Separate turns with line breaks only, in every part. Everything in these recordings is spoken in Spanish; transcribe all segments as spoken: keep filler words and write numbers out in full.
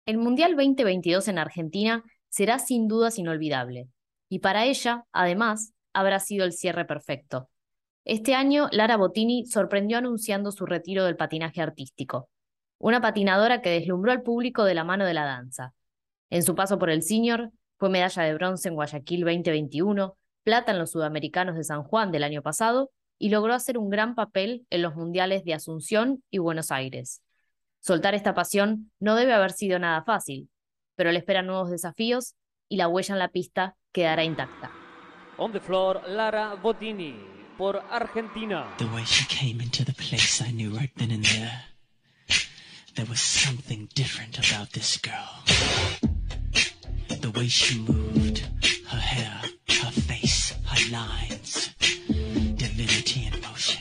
El Mundial veinte veintidós en Argentina será sin dudas inolvidable, y para ella, además, habrá sido el cierre perfecto. Este año, Lara Bottini sorprendió anunciando su retiro del patinaje artístico, una patinadora que deslumbró al público de la mano de la danza. En su paso por el senior, fue medalla de bronce en Guayaquil veinte veintiuno, plata en los Sudamericanos de San Juan del año pasado y logró hacer un gran papel en los mundiales de Asunción y Buenos Aires. Soltar esta pasión no debe haber sido nada fácil, pero le esperan nuevos desafíos y la huella en la pista quedará intacta.
On the floor, Lara Bottini por Argentina.
The way she came into the place, I knew right then and there. There was something different about this girl. The way she moved, her hair, her face, her lines, divinity in motion.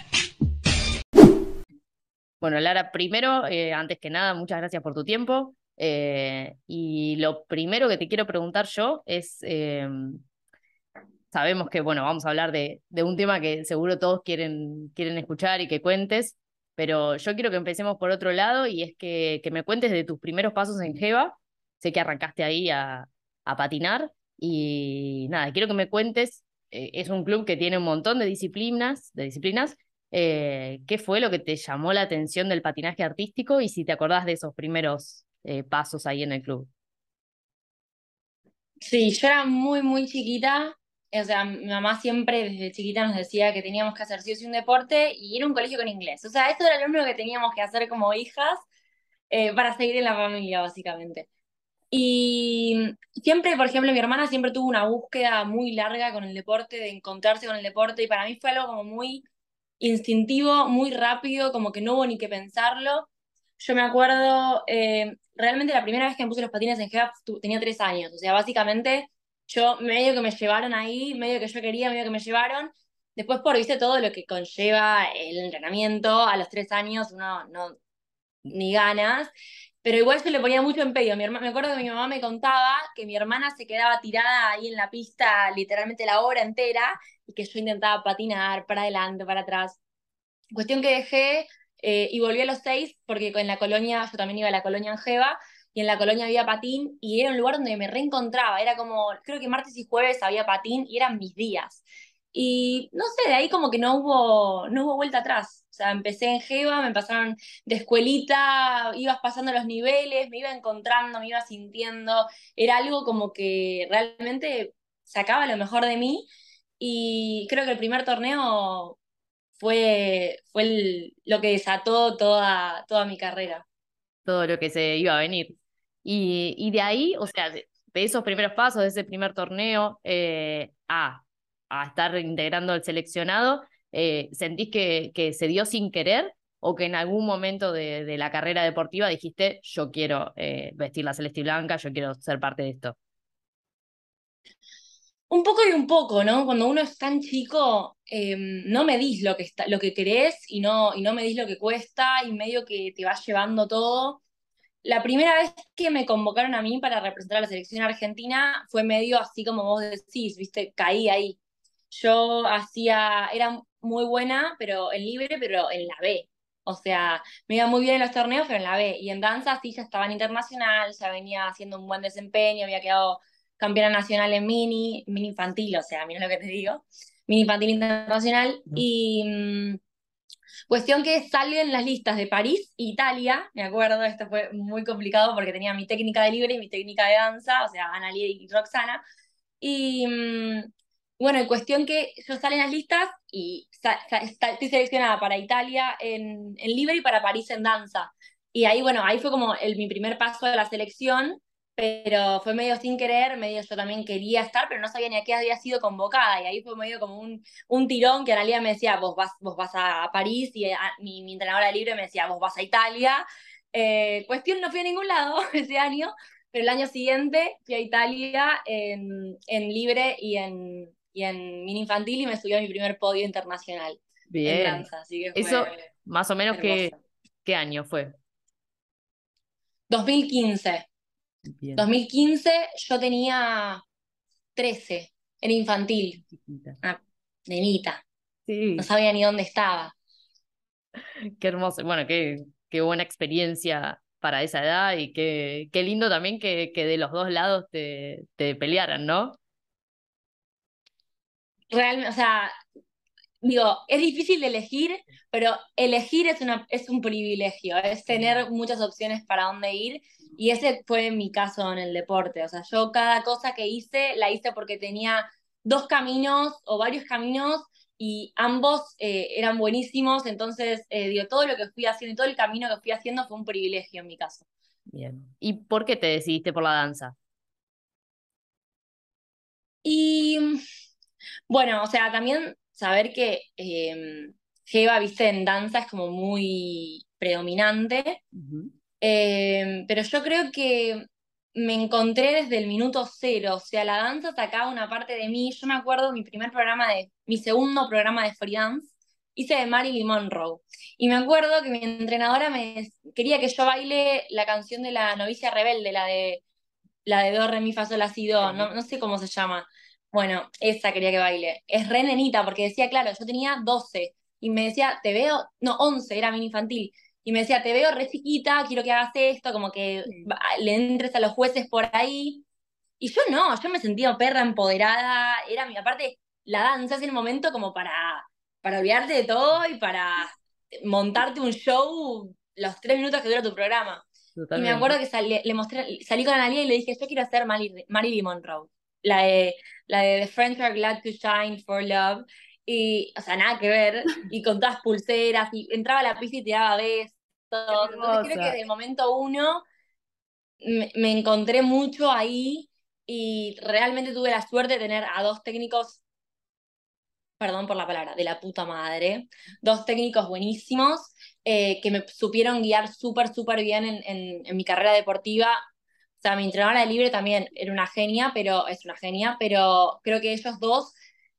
Bueno, Lara, primero, eh, antes que nada, muchas gracias por tu tiempo. Eh, y lo primero que te quiero preguntar yo es, eh, sabemos que, bueno, vamos a hablar de, de un tema que seguro todos quieren, quieren escuchar y que cuentes, pero yo quiero que empecemos por otro lado y es que, que me cuentes de tus primeros pasos en Geva. Sé que arrancaste ahí a, a patinar y nada, quiero que me cuentes, eh, es un club que tiene un montón de disciplinas, de disciplinas, eh, ¿qué fue lo que te llamó la atención del patinaje artístico y si te acordás de esos primeros eh, pasos ahí en el club?
Sí, yo era muy, muy chiquita. O sea, mi mamá siempre desde chiquita nos decía que teníamos que hacer sí o sí un deporte y ir a un colegio con inglés. O sea, eso era lo único que teníamos que hacer como hijas eh, para seguir en la familia, básicamente. Y siempre, por ejemplo, mi hermana siempre tuvo una búsqueda muy larga con el deporte, de encontrarse con el deporte, y para mí fue algo como muy instintivo, muy rápido, como que no hubo ni que pensarlo. Yo me acuerdo, eh, realmente la primera vez que me puse los patines en Gea tu- tenía tres años, o sea, básicamente yo medio que me llevaron ahí, medio que yo quería, medio que me llevaron. Después por, viste, todo lo que conlleva el entrenamiento, a los tres años uno no, ni ganas, pero igual yo le ponía mucho empeño. Mi herma- me acuerdo que mi mamá me contaba que mi hermana se quedaba tirada ahí en la pista literalmente la hora entera y que yo intentaba patinar para adelante, para atrás. Cuestión que dejé eh, y volví a los seis porque en la colonia, yo también iba a la colonia Angeva, y en la colonia había patín y era un lugar donde me reencontraba. Era como, creo que martes y jueves había patín y eran mis días. Y no sé, de ahí como que no hubo, no hubo vuelta atrás. O sea, empecé en Geva, me pasaron de escuelita, ibas pasando los niveles, me iba encontrando, me iba sintiendo. Era algo como que realmente sacaba lo mejor de mí. Y creo que el primer torneo fue, fue el- lo que desató toda, toda mi carrera.
Todo lo que se iba a venir. Y, y de ahí, o sea, de, de esos primeros pasos, de ese primer torneo, eh, a, a estar integrando el seleccionado, eh, ¿sentís que, que se dio sin querer o que en algún momento de, de la carrera deportiva dijiste, yo quiero eh, vestir la celeste y blanca, yo quiero ser parte de esto?
Un poco y un poco, ¿no? Cuando uno es tan chico, eh, no medís lo que está, lo que querés y no, y no medís lo que cuesta y medio que te va llevando todo. La primera vez que me convocaron a mí para representar a la selección argentina fue medio así como vos decís, ¿viste? Caí ahí. Yo hacía, era muy buena, pero en libre, pero en la B. O sea, me iba muy bien en los torneos, pero en la B. Y en danza sí ya estaba en internacional, ya venía haciendo un buen desempeño, había quedado campeona nacional en mini, mini infantil, o sea, mira lo que te digo, mini infantil internacional.
Ujú.
Y mm, cuestión que salen las listas de París e Italia, me acuerdo, esto fue muy complicado porque tenía mi técnica de libre y mi técnica de danza, o sea, Analia y Roxana. Y mm, bueno, en cuestión que yo salen las listas y sa- sa- está- estoy seleccionada para Italia en, en libre y para París en danza. Y ahí, bueno, ahí fue como el, mi primer paso de la selección, pero fue medio sin querer, medio yo también quería estar, pero no sabía ni a qué había sido convocada. Y ahí fue medio como un, un tirón que Analia me decía, vos vas, vos vas a París, y a- mi, mi entrenadora de libre me decía, vos vas a Italia. Eh, cuestión, no fui a ningún lado ese año, pero el año siguiente fui a Italia en, en libre y en, y en mini infantil y me subí a mi primer podio internacional en
Bien.
danza, así que
Eso,
fue
más o menos, ¿qué,
hermoso.
qué año fue?
dos mil quince.
Bien.
dos mil quince yo tenía trece, era infantil,
Chiquita.
una nenita, no
Sí,
sabía ni dónde estaba.
qué hermoso. Bueno, qué, qué buena experiencia para esa edad y qué, qué lindo también que, que de los dos lados te, te pelearan, ¿no?
Realmente, o sea, digo, es difícil de elegir, pero elegir es una, es un privilegio, es tener muchas opciones para dónde ir, y ese fue mi caso en el deporte. O sea, yo cada cosa que hice, la hice porque tenía dos caminos o varios caminos, y ambos eh, eran buenísimos. Entonces, eh, digo, todo lo que fui haciendo y todo el camino que fui haciendo fue un privilegio en mi caso.
Bien. ¿Y por qué te decidiste por la danza?
Y bueno, o sea, también saber que eh, Jeva, viste, en danza es como muy predominante.
Ujú.
Eh, pero yo creo que me encontré desde el minuto cero. O sea, la danza sacaba una parte de mí. Yo me acuerdo mi primer programa de, mi segundo programa de free dance, hice de Marilyn Monroe. Y me acuerdo que mi entrenadora me quería que yo baile la canción de la novicia rebelde, la de la de do, re, mi, fa, sol, la, si, do, no,
Sí.
no sé cómo se llama. Bueno, esa quería que baile. Es re nenita, porque decía, claro, yo tenía doce y me decía, te veo, no, once era mini infantil, y me decía, te veo re chiquita, quiero que hagas esto, como que
Sí.
va- le entres a los jueces por ahí. Y yo no, yo me sentía perra empoderada, era mi, aparte, la danza es el momento como para, para olvidarte de todo y para montarte un show los tres minutos que dura tu programa. Y me
Totalmente.
acuerdo que salí, le mostré, salí con Analia y le dije, yo quiero hacer Marilyn, Marilyn Monroe, la de, la de The Friends Are Glad to Shine for Love. Y, o sea, nada que ver, y con todas pulseras, y entraba a la pista y te daba besos.
Qué
Entonces creo que
hermosa.
del momento uno me, me encontré mucho ahí, y realmente tuve la suerte de tener a dos técnicos, perdón por la palabra, de la puta madre, dos técnicos buenísimos, eh, que me supieron guiar súper, súper bien en, en, en mi carrera deportiva. O sea, mi entrenadora de libre también era una genia, pero es una genia, pero creo que ellos dos,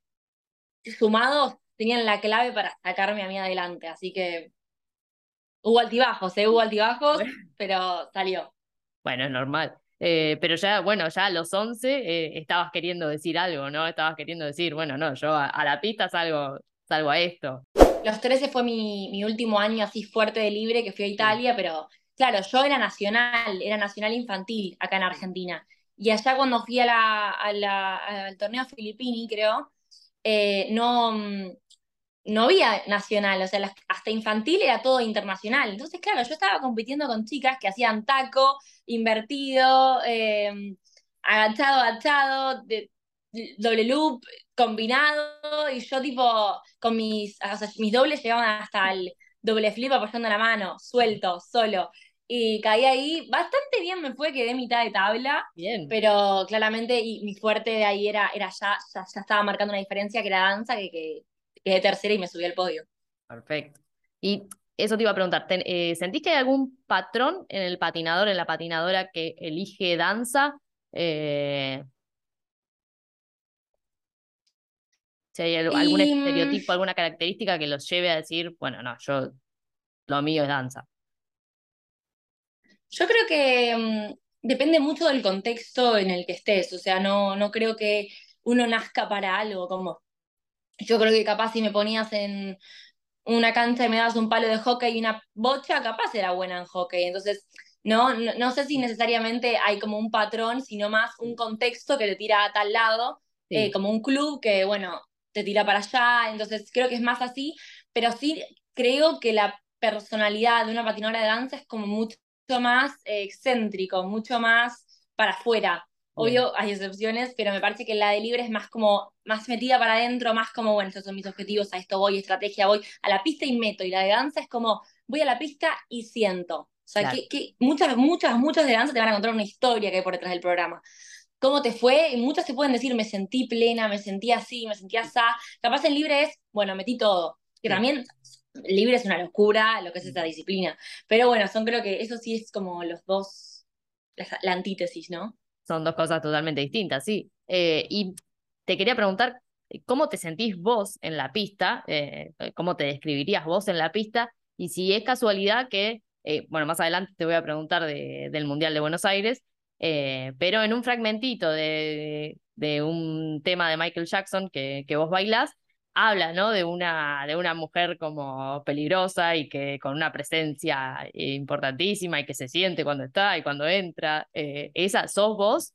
sumados, tenían la clave para sacarme a mí adelante. Así que hubo altibajos, ¿eh? Hubo altibajos, pero salió.
Bueno, es normal. Eh, pero ya, bueno, ya a los once eh, estabas queriendo decir algo, ¿no? Estabas queriendo decir, bueno, no, yo a, a la pista salgo, salgo a esto.
Los trece fue mi, mi último año así fuerte de libre, que fui a
Sí,
Italia, pero claro, yo era nacional, era nacional infantil acá en
sí.
Argentina. Y allá cuando fui a la, a la- al torneo Filippini, creo, eh, no, mm, no había nacional, o sea, las- hasta infantil era todo internacional. Entonces, claro, yo estaba compitiendo con chicas que hacían taco, invertido, eh, agachado, agachado, de, de- doble loop, combinado, y yo tipo, con mis, o sea, mis dobles llegaban hasta el doble flip apoyando la mano, suelto, solo. Y caí ahí, bastante bien me fue, quedé mitad de tabla,
Bien,
pero claramente y mi fuerte de ahí era, era ya, ya, ya estaba marcando una diferencia, que era danza, que, que quedé tercera y me subí al podio.
perfecto. Y eso te iba a preguntar, ten- eh, ¿sentís que hay algún patrón en el patinador, en la patinadora que elige danza? Eh, si hay al- algún
Y mm,
estereotipo, alguna característica que los lleve a decir, bueno, no, yo lo mío es danza.
yo creo que mm, depende mucho del contexto en el que estés. O sea, no, no creo que uno nazca para algo. Como yo creo que capaz si me ponías en una cancha y me dabas un palo de hockey y una bocha, capaz era buena en hockey. Entonces, no, no, no sé si necesariamente hay como un patrón, sino más un contexto que te tira a tal lado, eh,
Sí,
como un club que, bueno, te tira para allá. Entonces, creo que es más así, pero sí creo que la personalidad de una patinadora de danza es como mucho más eh, excéntrico, mucho más para afuera.
bien,
Obvio, hay excepciones, pero me parece que la de libre es más como, más metida para adentro, más como, bueno, estos son mis objetivos, a esto voy, estrategia, voy a la pista y meto. Y la de danza es como, voy a la pista y siento. O sea,
claro.
que, que muchas, muchas, muchas de danza te van a contar una historia que hay por detrás del programa. ¿Cómo te fue? Y muchas te pueden decir, me sentí plena, me sentí así, me sentí así. Capaz en libre es, bueno, metí todo. Que
Sí.
también libre es una locura lo que es esta disciplina. Pero bueno, son creo que eso sí es como los dos, la, la antítesis, ¿no?
Son dos cosas totalmente distintas, sí. Eh, y te quería preguntar, ¿cómo te sentís vos en la pista? Eh, ¿cómo te describirías vos en la pista? Y si es casualidad que, eh, bueno, más adelante te voy a preguntar de- del Mundial de Buenos Aires, eh, pero en un fragmentito de, de un tema de Michael Jackson que, que vos bailás, habla, ¿no? De una, de una mujer como peligrosa y que con una presencia eh, importantísima y que se siente cuando está y cuando entra. Eh, ¿esa sos vos?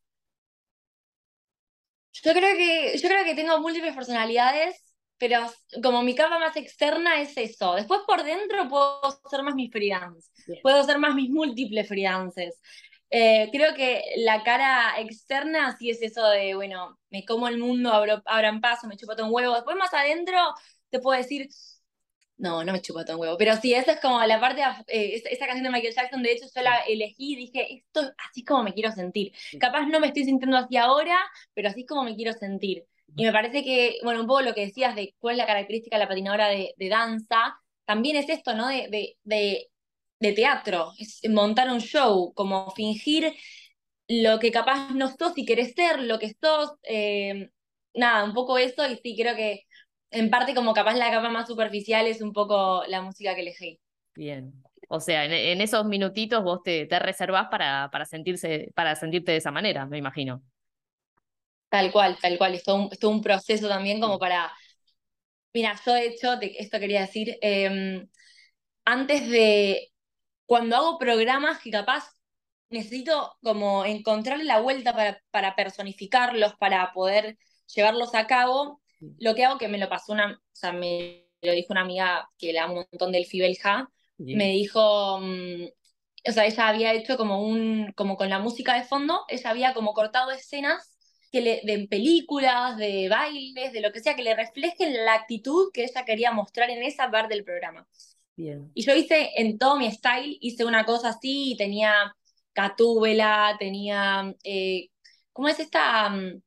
Yo creo que, yo creo que tengo múltiples personalidades, pero como mi capa más externa es eso. Después por dentro puedo ser más mis freelance,
Bien.
puedo ser más mis múltiples freelances. Eh, creo que la cara externa sí es eso de, bueno, me como el mundo, abro, abran paso, me chupo todo un huevo. Después más adentro te puedo decir, no, no me chupa todo un huevo. Pero sí, esa es como la parte, eh, esa, esa canción de Michael Jackson, de hecho yo la elegí y dije, esto así es como me quiero sentir. Capaz no me estoy sintiendo así ahora, pero así es como me quiero sentir. Y me parece que, bueno, un poco lo que decías de cuál es la característica de la patinadora de, de danza, también es esto, ¿no? De, de, de, de teatro, es montar un show, como fingir lo que capaz no sos y querés ser, lo que sos, eh, nada, un poco eso, y sí, creo que en parte como capaz la capa más superficial es un poco la música que elegí.
Bien. O sea, en, en esos minutitos vos te, te reservás para, para sentirse, para sentirte de esa manera, me imagino.
Tal cual, tal cual, es todo un, es todo un proceso también como
Sí.
para... Mira, yo de hecho, te- esto quería decir, eh, antes de, cuando hago programas que capaz necesito como encontrarle la vuelta para, para personificarlos, para poder llevarlos a cabo, lo que hago, que me lo pasó una, o sea, me lo dijo una amiga que le amo un montón del Fibelja, me
Sí.
dijo, mm, o sea, ella había hecho como un, como con la música de fondo, ella había como cortado escenas que le, de películas, de bailes, de lo que sea, que le reflejen la actitud que ella quería mostrar en esa parte del programa.
Bien.
Y yo hice en todo mi style, hice una cosa así, y tenía Catúbela, tenía, eh, ¿cómo es esta? Mm,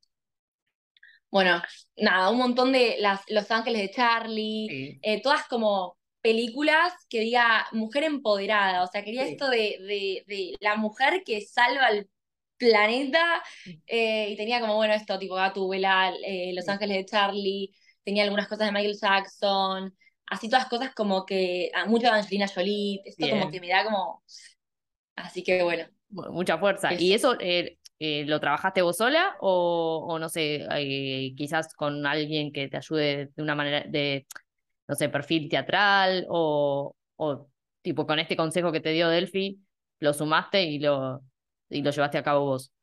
Bueno, nada, un montón de las, Los Ángeles de Charlie,
Sí.
eh, todas como películas que diga mujer empoderada, o sea, quería
Sí.
esto de, de, de la mujer que salva al planeta, eh, y tenía como, bueno, esto tipo Gatúbela, eh, Los
Sí.
Ángeles de Charlie, tenía algunas cosas de Michael Jackson, así todas cosas como que, ah, mucho de Angelina Jolie, esto como que
Bien.
me da como, así que bueno,
Mu- Mucha fuerza. ¿Y
eso.
eso eh, eh, lo trabajaste vos sola o, o no sé, eh, quizás con alguien que te ayude de una manera de, no sé, perfil teatral o, o tipo con este consejo que te dio Delphi, lo sumaste y lo, y lo llevaste a cabo vos?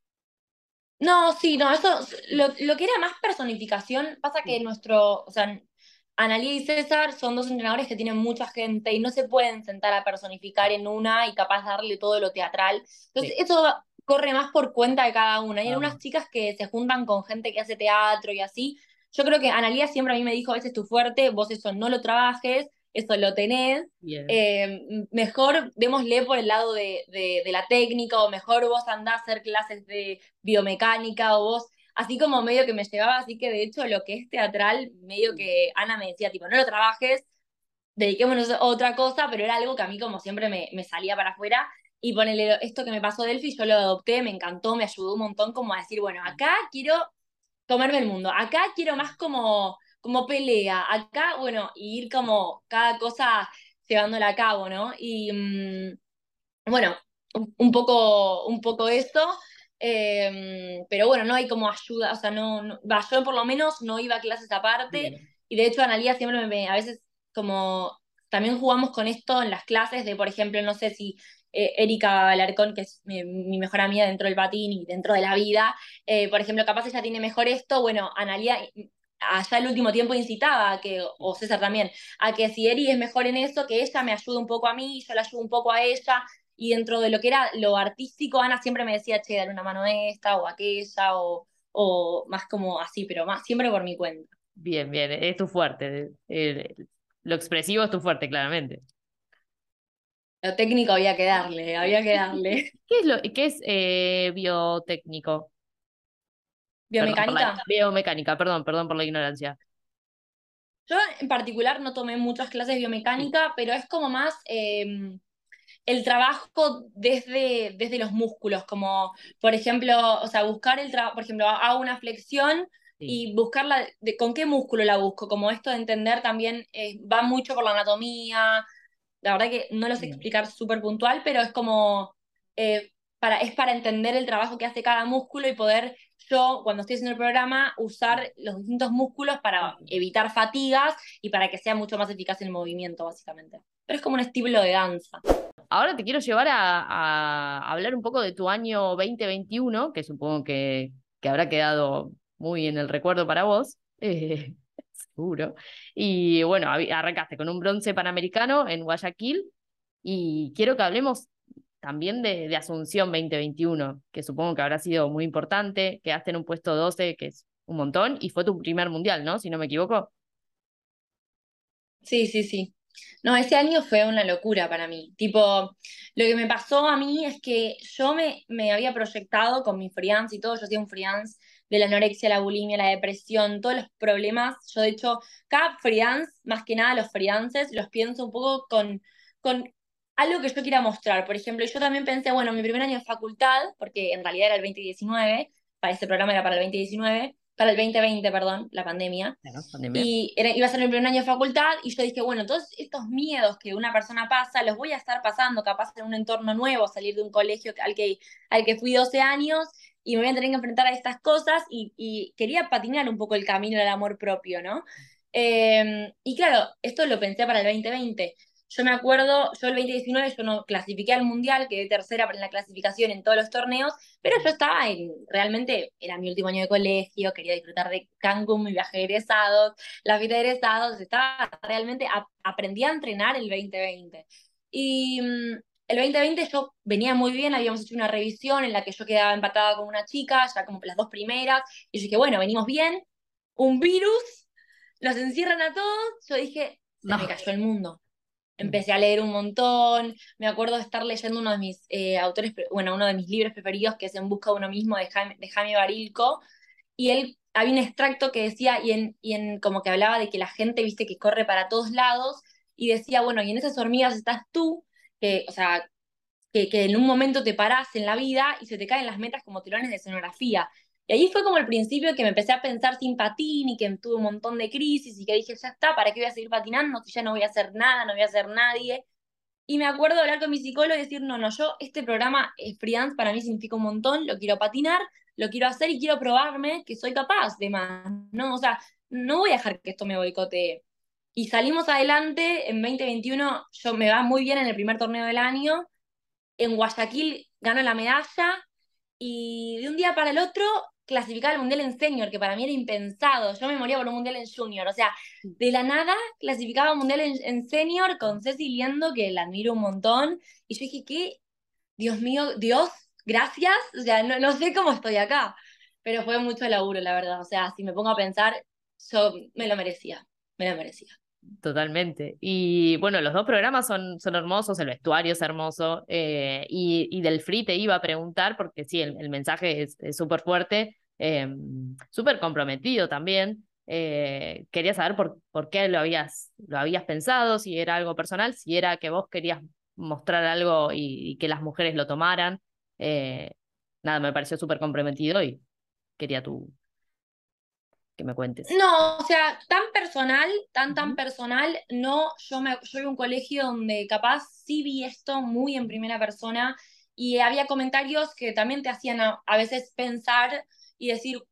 No, sí, no, eso, lo, lo que era más personificación, pasa que
Sí.
nuestro, o sea, Analía y César son dos entrenadores que tienen mucha gente y no se pueden sentar a personificar en una y capaz darle todo lo teatral. Entonces,
Sí.
eso va- corre más por cuenta de cada una. Hay
Ah,
algunas chicas que se juntan con gente que hace teatro y así. Yo creo que Analía siempre a mí me dijo, ese es tu fuerte, vos eso no lo trabajes, eso lo tenés.
bien.
Eh, mejor démosle por el lado de, de, de la técnica, o mejor vos andás a hacer clases de biomecánica, o vos, así como medio que me llevaba, así que de hecho lo que es teatral, medio que Ana me decía, tipo, no lo trabajes, dediquémonos a otra cosa, pero era algo que a mí como siempre me, me salía para afuera, y ponele esto que me pasó Delphi, yo lo adopté, me encantó, me ayudó un montón como a decir, bueno, acá quiero comerme el mundo, acá quiero más como, como pelea, acá, bueno, y ir como cada cosa llevándola a cabo, ¿no? Y mm, bueno, un, un poco, un poco esto, eh, pero bueno, no hay como ayuda, o sea, no, no- va, yo por lo menos no iba a clases aparte,
Bien.
y de hecho Analía siempre me, me- a veces como, también jugamos con esto en las clases de, por ejemplo, no sé si eh, Erika Alarcón, que es mi, mi mejor amiga dentro del patín y dentro de la vida, eh, por ejemplo, capaz ella tiene mejor esto, bueno, Analía allá el último tiempo incitaba a que, o César también, a que si Eri es mejor en eso, que ella me ayude un poco a mí, yo la ayudo un poco a ella, y dentro de lo que era lo artístico, Ana siempre me decía, che, dale una mano a esta o a aquella, o, o más como así, pero más siempre por mi cuenta.
Bien, bien. Es tu fuerte. Eh, lo expresivo es tu fuerte, claramente.
Lo técnico había que darle, había que darle.
¿Qué es lo, qué es eh, biotécnico? Perdón por la
Biomecánica.
biomecánica, perdón, perdón por la ignorancia.
Yo en particular no tomé muchas clases de
Sí,
biomecánica, pero es como más eh, el trabajo desde, desde los músculos, como por ejemplo, o sea, buscar el trabajo, por ejemplo, hago una flexión
sí,
y buscarla, de, con qué músculo la busco, como esto de entender también eh, va mucho por la anatomía, la verdad que no lo sé
bien,
explicar súper puntual, pero es como, eh, para, es para entender el trabajo que hace cada músculo y poder yo, cuando estoy haciendo el programa, usar los distintos músculos para evitar fatigas y para que sea mucho más eficaz el movimiento, básicamente. Pero es como un estilo de danza.
Ahora te quiero llevar a, a hablar un poco de tu año veinte veintiuno, que supongo que, que habrá quedado muy en el recuerdo para vos, eh, seguro. Y bueno, hab- arrancaste con un bronce panamericano en Guayaquil y quiero que hablemos también de, de Asunción veinte veintiuno, que supongo que habrá sido muy importante, quedaste en un puesto doce, que es un montón, y fue tu primer mundial, ¿no? Si no me equivoco.
Sí, sí, sí. No, ese año fue una locura para mí. Tipo, lo que me pasó a mí es que yo me, me había proyectado con mi freelance y todo, yo hacía un freelance de la anorexia, la bulimia, la depresión, todos los problemas. Yo, de hecho, cada freelance, más que nada los freelances, los pienso un poco con, con algo que yo quiera mostrar. Por ejemplo, yo también pensé, bueno, mi primer año de facultad, porque en realidad era el veinte diecinueve, para este programa era para el veinte diecinueve, para el veinte veinte, perdón, la pandemia.
Claro, pandemia.
Y era, iba a ser mi primer año de facultad y yo dije, bueno, todos estos miedos que una persona pasa, los voy a estar pasando capaz en un entorno nuevo, salir de un colegio al que, al que fui doce años y me voy a tener que enfrentar a estas cosas y, y quería patinar un poco el camino del amor propio, ¿no? Eh, y claro, esto lo pensé para el veinte veinte. Yo me acuerdo, yo el veinte diecinueve yo no clasifiqué al Mundial, quedé tercera en la clasificación en todos los torneos, pero yo estaba en, realmente era mi último año de colegio, quería disfrutar de Cancún, mi viaje de egresados, la vida de egresados, estaba realmente, a, aprendí a entrenar el veinte veinte. Y mm, el veinte veinte yo venía muy bien, habíamos hecho una revisión en la que yo quedaba empatada con una chica, ya como las dos primeras, y yo dije, bueno, venimos bien, un virus, nos encierran a todos, yo dije, se me
No.
cayó el mundo. Empecé a leer un montón, me acuerdo de estar leyendo uno de mis eh, autores, bueno, uno de mis libros preferidos, que es En busca de uno mismo, de Jaime, de Jaime Barilco, y él, había un extracto que decía, y en, y en como que hablaba de que la gente, viste, que corre para todos lados, y decía, bueno, y en esas hormigas estás tú, que, o sea, que, que en un momento te parás en la vida y se te caen las metas como telones de escenografía. Y ahí fue como el principio que me empecé a pensar sin patín y que tuve un montón de crisis y que dije, ya está, ¿para qué voy a seguir patinando si ya no voy a hacer nada, no voy a hacer nadie? Y me acuerdo de hablar con mi psicólogo y decir, no, no, yo, este programa eh, freelance para mí significa un montón, lo quiero patinar, lo quiero hacer y quiero probarme que soy capaz de más, ¿no? O sea, no voy a dejar que esto me boicotee. Y salimos adelante, en veinte veintiuno yo me va muy bien en el primer torneo del año, en Guayaquil ganó la medalla y de un día para el otro clasificaba al Mundial en Senior, que para mí era impensado. Yo me moría por un Mundial en Junior. O sea, de la nada clasificaba un Mundial en, en Senior con Ceci Liendo, que la admiro un montón. Y yo dije, ¿qué? Dios mío, Dios, gracias. O sea, no, no sé cómo estoy acá. Pero fue mucho laburo, la verdad. O sea, si me pongo a pensar, yo me lo merecía. Me lo merecía.
Totalmente. Y bueno, los dos programas son, son hermosos, el vestuario es hermoso. Eh, y, y del Free te iba a preguntar, porque sí, el, el mensaje es es súper fuerte, eh, súper comprometido también. Eh, quería saber por, por qué lo habías, lo habías pensado, si era algo personal, si era que vos querías mostrar algo y, y que las mujeres lo tomaran. Eh, nada, me pareció súper comprometido y quería tú que me cuentes.
No, o sea, tan personal, tan tan
Ujú.
personal, no, yo me, yo iba a un colegio donde capaz sí vi esto muy en primera persona y había comentarios que también te hacían a, a veces pensar y decir,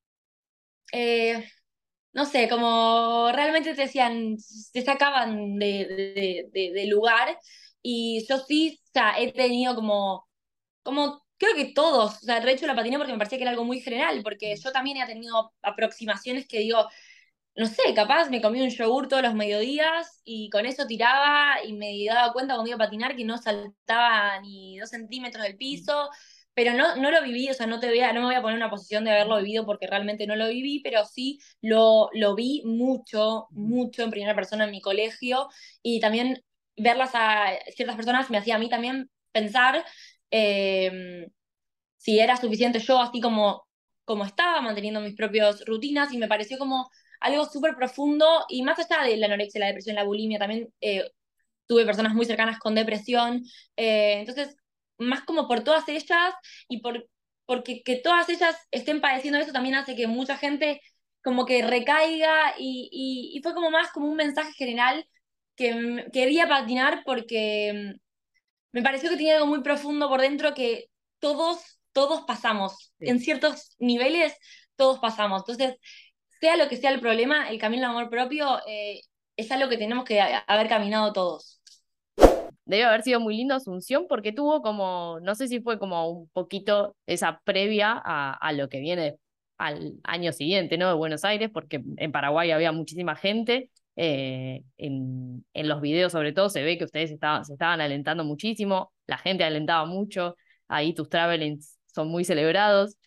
eh, no sé, como realmente te decían, te sacaban de, de, de, de lugar y yo sí, o sea, he tenido como como creo que todos, o sea, de hecho la patiné porque me parecía que era algo muy general, porque yo también he tenido aproximaciones que digo, no sé, capaz me comí un yogur todos los mediodías y con eso tiraba y me daba cuenta cuando iba a patinar que no saltaba ni dos centímetros del piso, pero no, no lo viví, o sea, no te voy a, no me voy a poner en una posición de haberlo vivido porque realmente no lo viví, pero sí lo, lo vi mucho, mucho en primera persona en mi colegio y también verlas a ciertas personas me hacía a mí también pensar eh, si era suficiente yo así como, como estaba, manteniendo mis propias rutinas, y me pareció como algo súper profundo, y más allá de la anorexia, la depresión, la bulimia, también eh, tuve personas muy cercanas con depresión, eh, entonces, más como por todas ellas, y por, porque que todas ellas estén padeciendo eso también hace que mucha gente como que recaiga, y, y, y fue como más como un mensaje general que mm, quería patinar porque mm, me pareció que tenía algo muy profundo por dentro que todos, todos pasamos,
Sí.
en ciertos niveles todos pasamos. Entonces, sea lo que sea el problema, el camino al amor propio eh, es algo que tenemos que a- haber caminado todos.
Debe haber sido muy lindo Asunción porque tuvo como, no sé si fue como un poquito esa previa a, a lo que viene al año siguiente, ¿no? De Buenos Aires, porque en Paraguay había muchísima gente. eh, en, en los videos sobre todo se ve que ustedes estaban, se estaban alentando muchísimo, la gente alentaba mucho, ahí tus travelings son muy celebrados.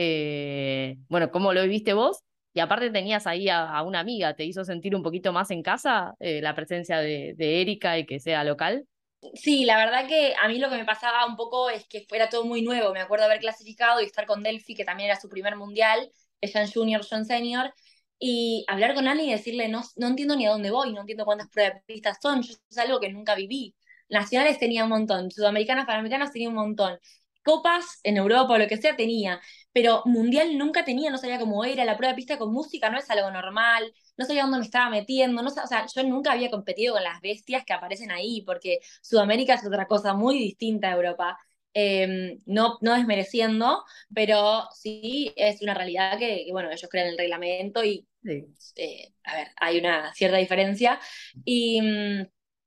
Eh, bueno, ¿cómo lo viviste vos? Y aparte tenías ahí a, a una amiga, ¿te hizo sentir un poquito más en casa eh, la presencia de, de Erika y que sea local?
Sí, la verdad que a mí lo que me pasaba un poco es que fuera todo muy nuevo. Me acuerdo haber clasificado y estar con Delphi, que también era su primer mundial, ella en junior, yo en senior, y hablar con alguien y decirle, no, no entiendo ni a dónde voy, no entiendo cuántas pruebas de pistas son, yo, es algo que nunca viví. Nacionales tenía un montón, sudamericanas, panamericanas tenía un montón, copas en Europa o lo que sea tenía, pero mundial nunca tenía, no sabía cómo era, la prueba de pista con música no es algo normal, no sabía dónde me estaba metiendo, no, sab- o sea, yo nunca había competido con las bestias que aparecen ahí, porque Sudamérica es otra cosa muy distinta a Europa. Eh, no, no desmereciendo, pero sí es una realidad que, que, bueno, ellos crean el reglamento y,
Sí.
eh, a ver, hay una cierta diferencia. Y, mm,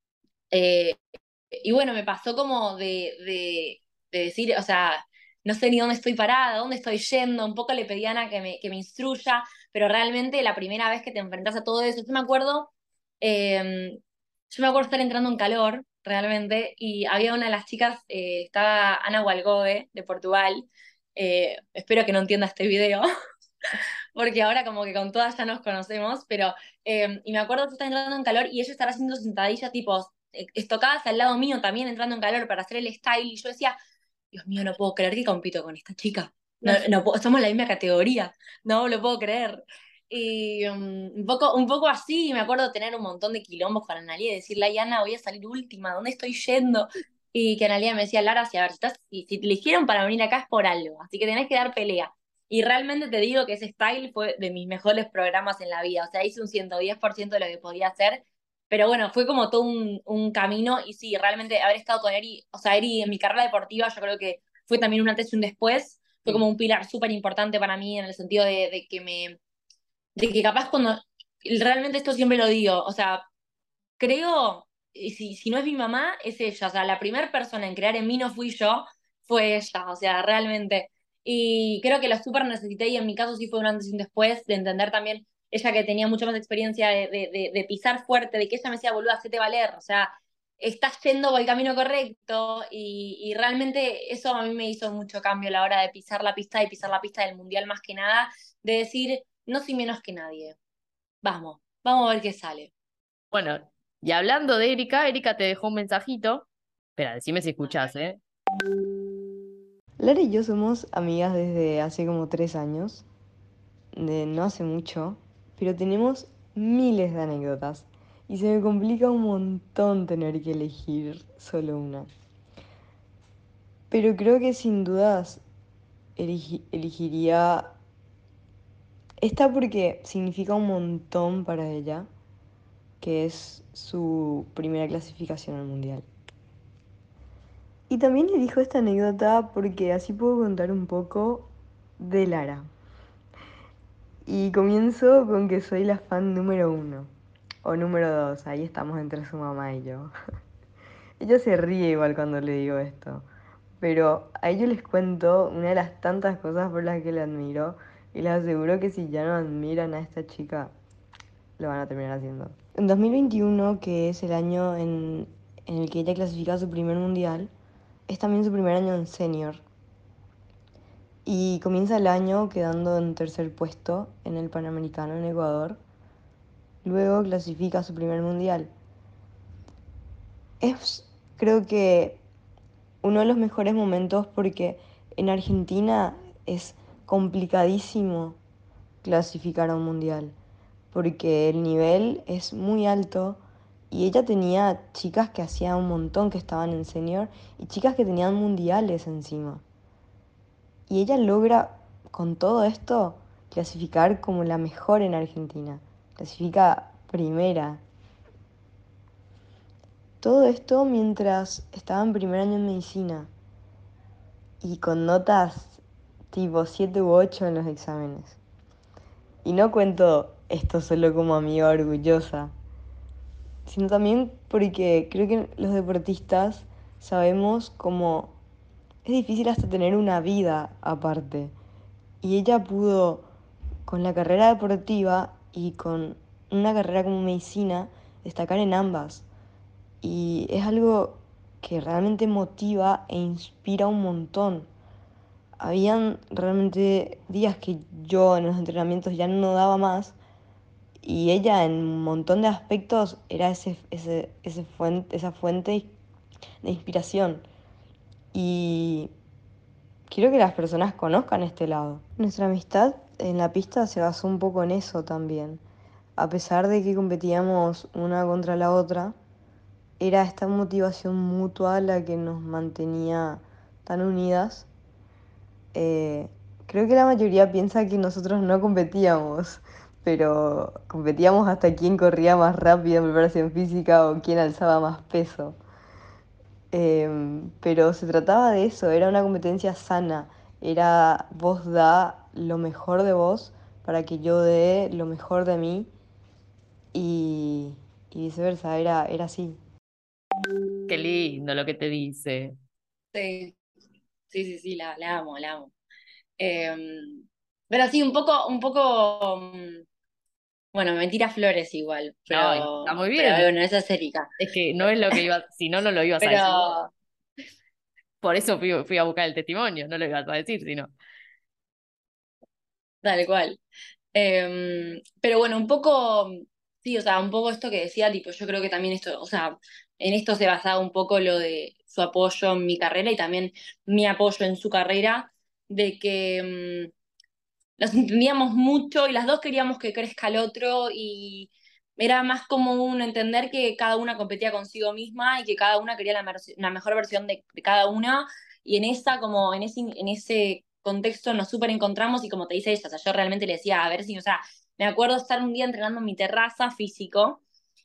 eh, y bueno, me pasó como de, de, de decir, o sea, no sé ni dónde estoy parada, dónde estoy yendo, un poco le pedí a Ana que me, que me instruya, pero realmente la primera vez que te enfrentas a todo eso, yo me acuerdo, eh, yo me acuerdo estar entrando en calor, realmente, y había una de las chicas, eh, estaba Ana Walgode, de Portugal, eh, espero que no entienda este video, porque ahora como que con todas ya nos conocemos, pero, eh, y me acuerdo que estaba entrando en calor y ella estaba haciendo sentadillas tipo eh, estocadas al lado mío también entrando en calor para hacer el style y yo decía, Dios mío, no puedo creer que compito con esta chica. No, no puedo- somos la misma categoría, no lo puedo creer. Y um, un poco, un poco así, me acuerdo tener un montón de quilombos con Analia y decirle, ay Ana, voy a salir última, ¿dónde estoy yendo? Y que Analia me decía, Lara, si a ver, si, estás, si, si te eligieron para venir acá es por algo, así que tenés que dar pelea. Y realmente te digo que ese style fue de mis mejores programas en la vida. O sea, hice un ciento diez por ciento de lo que podía hacer. Pero bueno, fue como todo un, un camino. Y sí, realmente haber estado con Eri, o sea, Eri en mi carrera deportiva, yo creo que fue también un antes y un después. Fue como
Sí.
un pilar súper importante para mí en el sentido de, de que me. De que capaz cuando. Realmente esto siempre lo digo. O sea, creo. y Si, si no es mi mamá, es ella. O sea, la primera persona en crear en mí no fui yo, fue ella. O sea, realmente. Y creo que lo súper necesité y en mi caso sí fue un antes y un después de entender también ella que tenía mucha más experiencia de, de, de, de pisar fuerte, de que ella me decía, boluda, hacete valer. O sea, estás yendo por el camino correcto y, y realmente eso a mí me hizo mucho cambio a la hora de pisar la pista y pisar la pista del mundial más que nada, de decir, no soy menos que nadie. Vamos, vamos a ver qué sale.
Bueno, y hablando de Erika, Erika te dejó un mensajito. Espera, decime si escuchás, ¿eh?
Lara y yo somos amigas desde hace como tres años, de no hace mucho, pero tenemos miles de anécdotas y se me complica un montón tener que elegir solo una. Pero creo que sin dudas eligi- elegiría esta porque significa un montón para ella, que es su primera clasificación al mundial. Y también elijo esta anécdota porque así puedo contar un poco de Lara. Y comienzo con que soy la fan número uno. O número dos, ahí estamos entre su mamá y yo. Ella se ríe igual cuando le digo esto. Pero a ellos les cuento una de las tantas cosas por las que la admiro. Y les aseguro que si ya no admiran a esta chica, lo van a terminar haciendo. En dos mil veintiuno, que es el año en, en el que ella clasifica a su primer mundial, es también su primer año en senior. Y comienza el año quedando en tercer puesto en el Panamericano en Ecuador. Luego clasifica a su primer mundial. Es, creo que, uno de los mejores momentos porque en Argentina es complicadísimo clasificar a un mundial, porque el nivel es muy alto y ella tenía chicas que hacían un montón que estaban en senior y chicas que tenían mundiales encima. Y ella logra con todo esto clasificar como la mejor en Argentina. Clasifica primera. Todo esto mientras estaba en primer año en medicina y con notas tipo siete u ocho en los exámenes. Y no cuento esto solo como amiga orgullosa, sino también porque creo que los deportistas sabemos cómo es difícil hasta tener una vida aparte. Y ella pudo, con la carrera deportiva y con una carrera como medicina, destacar en ambas. Y es algo que realmente motiva e inspira un montón. Habían realmente días que yo en los entrenamientos ya no daba más y ella en un montón de aspectos era ese, ese, ese fuente, esa fuente de inspiración. Y quiero que las personas conozcan este lado. Nuestra amistad en la pista se basó un poco en eso también. A pesar de que competíamos una contra la otra, era esta motivación mutua la que nos mantenía tan unidas. Eh, Creo que la mayoría piensa que nosotros no competíamos, pero competíamos hasta quién corría más rápido en preparación física o quién alzaba más peso. Em, pero se trataba de eso, era una competencia sana, era vos da lo mejor de vos para que yo dé lo mejor de mí y, y viceversa, era, era así.
Qué lindo lo que te dice.
Sí, sí, sí, sí, la, la amo, la amo. Eh, pero sí, un poco, un poco, mm, bueno, me tira flores igual,
No, y está muy
pero, pero
bien.
bueno, esa es Erika.
Es que no es lo que iba, si no, no lo ibas a decir vos.
Pero,
Por eso fui, fui a buscar el testimonio, no lo ibas a decir, sino.
tal cual. Eh, pero bueno, un poco, sí, o sea, un poco esto que decía, tipo, yo creo que también esto, o sea, en esto se basaba un poco lo de su apoyo en mi carrera y también mi apoyo en su carrera, de que mm, nos entendíamos mucho y las dos queríamos que crezca el otro y era más como un entender que cada una competía consigo misma y que cada una quería la, mer- la mejor versión de, de cada una y en esa como en ese, en ese contexto nos súper encontramos y como te dice ella, o sea, yo realmente le decía, a ver si, o sea, me acuerdo estar un día entrenando en mi terraza físico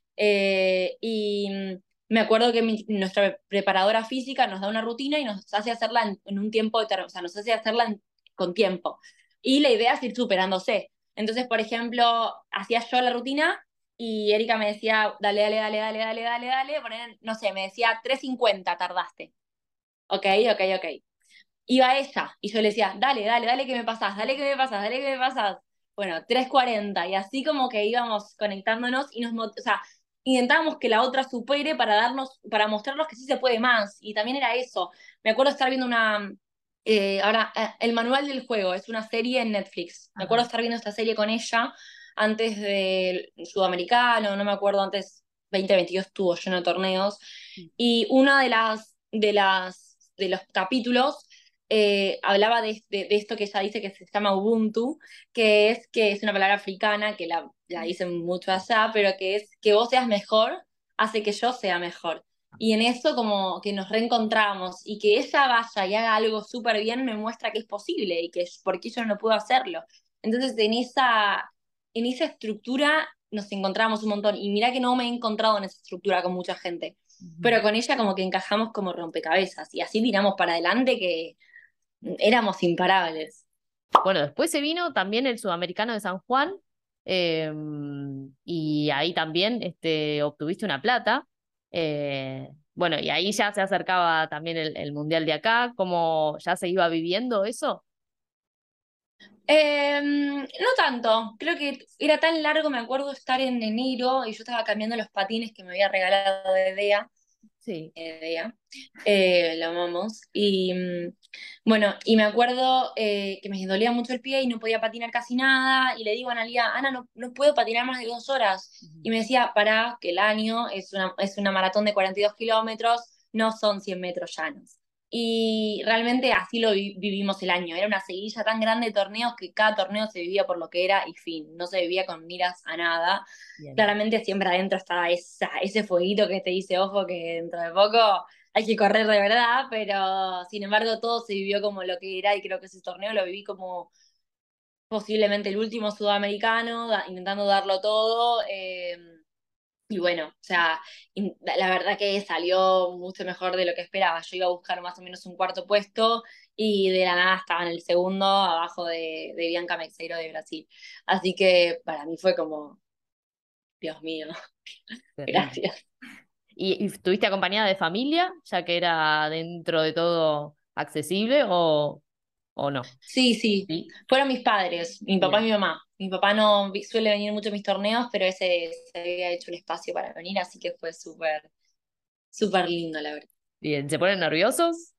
eh, y mm, me acuerdo que mi- nuestra preparadora física nos da una rutina y nos hace hacerla en, en un tiempo determinado, o sea, nos hace hacerla en- con tiempo. Y la idea es ir superándose. Entonces, por ejemplo, hacía yo la rutina y Erika me decía, dale, dale, dale, dale, dale, dale, dale, poner, no sé, me decía tres cincuenta tardaste. Ok, ok, ok. Iba ella y yo le decía, dale, dale, dale que me pasás, dale que me pasás, dale que me pasás. Bueno, tres cuarenta y así como que íbamos conectándonos y nos, o sea, intentábamos que la otra supere para darnos, para mostrarnos que sí se puede más. Y también era eso. Me acuerdo estar viendo una, eh, ahora, eh, El Manual del Juego, es una serie en Netflix. Me acuerdo
Ajá.
estar viendo esta serie con ella antes del Sudamericano, no me acuerdo, antes veinte veintidós estuvo lleno de torneos. Y una de las, de las, de los capítulos eh, hablaba de, de, de, esto que ella dice que se llama Ubuntu, que es que es una palabra africana que la, la dicen mucho allá, pero que es que vos seas mejor hace que yo sea mejor. Y en eso como que nos reencontramos y que ella vaya y haga algo súper bien me muestra que es posible y que es porque yo no puedo hacerlo. Entonces en esa, en esa estructura nos encontramos un montón y mira que no me he encontrado en esa estructura con mucha gente,
Ujú.
pero con ella como que encajamos como rompecabezas y así tiramos para adelante que éramos imparables.
Bueno, después se vino también el Sudamericano de San Juan, eh, y ahí también este, obtuviste una plata. eh, bueno, y ahí ya se acercaba también el, el Mundial de acá, ¿cómo ya se iba viviendo eso?
Eh, no tanto, creo que era tan largo, me acuerdo estar en enero y yo estaba cambiando los patines que me había regalado de Dea,
Sí.
eh, Dea, eh, la amamos, y mm, bueno, y me acuerdo eh, que me dolía mucho el pie y no podía patinar casi nada, y le digo a Analia, Ana, no, no puedo patinar más de dos horas, y
Ujú.
me decía, pará, que el año es una, es una maratón de cuarenta y dos kilómetros, no son cien metros llanos. Y realmente así lo vi- vivimos el año. Era una seguilla tan grande de torneos que cada torneo se vivía por lo que era y fin. No se vivía con miras a nada.
Bien.
Claramente siempre adentro estaba esa, ese fueguito que te dice, ojo, que dentro de poco hay que correr de verdad, pero sin embargo todo se vivió como lo que era y creo que ese torneo lo viví como posiblemente el último sudamericano, da- intentando darlo todo. eh, Y bueno, o sea, in- la verdad que salió mucho mejor de lo que esperaba. Yo iba a buscar más o menos un cuarto puesto y de la nada estaba en el segundo, abajo de, de Bianca Mexeiro de Brasil. Así que para mí fue como, Dios mío,
Terrible.
gracias.
¿Y, y estuviste acompañada de familia, ya que era dentro de todo accesible o, o no?
Sí, sí,
Sí.
fueron mis padres, mi papá y
Bien,
mi mamá. Mi papá no vi- suele venir mucho a mis torneos, pero ese se había hecho un espacio para venir, así que fue súper, súper lindo, la verdad.
bien. ¿Se ponen nerviosos?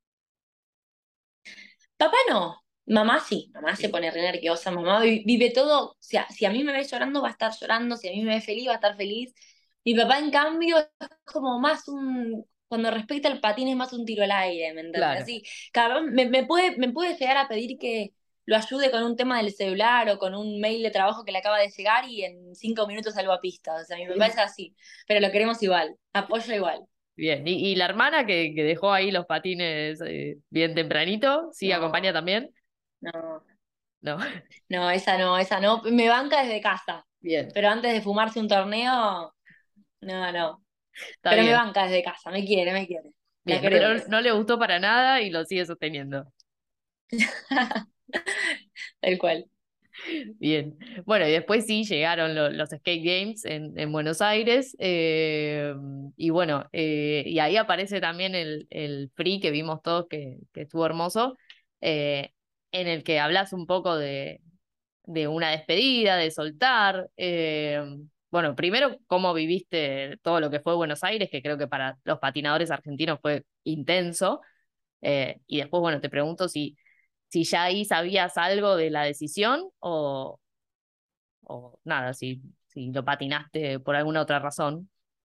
Papá no, mamá sí, mamá se
Sí.
pone re nerviosa, mamá vi- vive todo, si a, si a mí me ve llorando va a estar llorando, si a mí me ve feliz va a estar feliz. Mi papá en cambio es como más un, cuando respecta al patín es más un tiro al aire, ¿me entendés?
Claro.
Así, cada vez me, me puede, me puede llegar a pedir que lo ayude con un tema del celular o con un mail de trabajo que le acaba de llegar y en cinco minutos salgo a pista. O sea, mi papá es
Bien.
así, pero lo queremos igual, apoya igual.
Bien. ¿Y, y la hermana que, que dejó ahí los patines eh, bien tempranito, sí acompaña
No,
también?
no.
No.
No, esa no, esa no. Me banca desde casa.
Bien,
Pero antes de fumarse un torneo, no, no.
está
Pero me
bien.
banca desde casa, me quiere, me quiere. La
Bien, no,
queremos.
no, no le gustó para nada y lo sigue sosteniendo.
Tal cual.
Bien. Bueno, y después sí llegaron lo- los Skate Games en, en Buenos Aires. Eh, y bueno, eh, y ahí aparece también el, el free que vimos todos que, que estuvo hermoso, eh, en el que hablas un poco de, de una despedida, de soltar. Eh, bueno, primero, cómo viviste todo lo que fue Buenos Aires, que creo que para los patinadores argentinos fue intenso. Eh, y después, bueno, te pregunto si, si ya ahí sabías algo de la decisión o, o nada, si, si lo patinaste por alguna otra razón.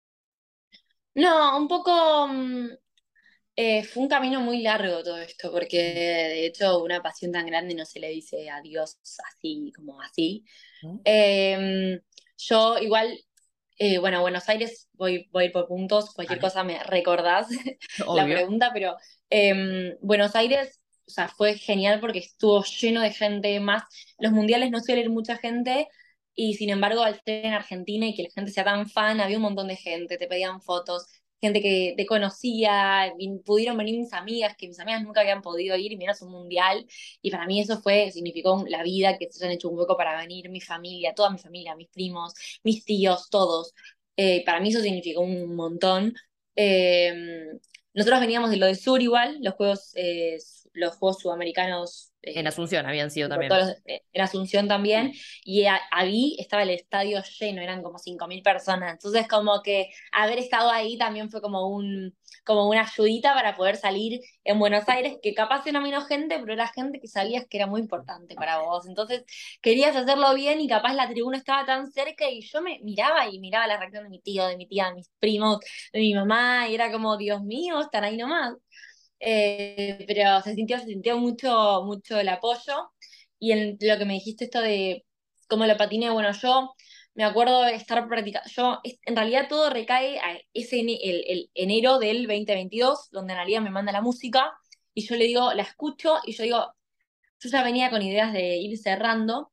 No, un poco. mm, eh, fue un camino muy largo todo esto, porque de hecho una pasión tan grande no se le dice adiós así como así.
¿No?
Eh, yo igual, eh, bueno, a Buenos Aires voy, voy a ir por puntos, cualquier
Vale,
cosa me recordás la
obvio.
pregunta, pero eh, Buenos Aires, o sea, fue genial porque estuvo lleno de gente, más los mundiales no suele ir mucha gente, y sin embargo al ser en Argentina y que la gente sea tan fan, había un montón de gente, te pedían fotos, gente que te conocía, vin- pudieron venir mis amigas, que mis amigas nunca habían podido ir, y miras un mundial, y para mí eso fue, significó la vida, que se hayan hecho un hueco para venir, mi familia, toda mi familia, mis primos, mis tíos, todos. Eh, para mí eso significó un montón. Eh, Nosotros veníamos de lo de Sur igual, los juegos, eh, los juegos sudamericanos,
En
eh,
Asunción habían sido
tipo,
también.
todos los- eh, en Asunción también, y a- ahí estaba el estadio lleno, eran como cinco mil personas. Entonces, como que haber estado ahí también fue como un, como una ayudita para poder salir en Buenos Aires, que capaz era menos gente, pero era gente que sabías que era muy importante para vos. Entonces, querías hacerlo bien y capaz la tribuna estaba tan cerca y yo me miraba y miraba la reacción de mi tío, de mi tía, de mis primos, de mi mamá, y era como, Dios mío, están ahí nomás. Eh, pero se sintió, se sintió mucho, mucho el apoyo. Y en lo que me dijiste esto de cómo lo patiné, bueno, yo me acuerdo de estar practicando, yo, es- en realidad todo recae a ese ene- el, el enero del dos mil veintidós, donde Analia me manda la música, y yo le digo, la escucho, y yo digo, yo ya venía con ideas de ir cerrando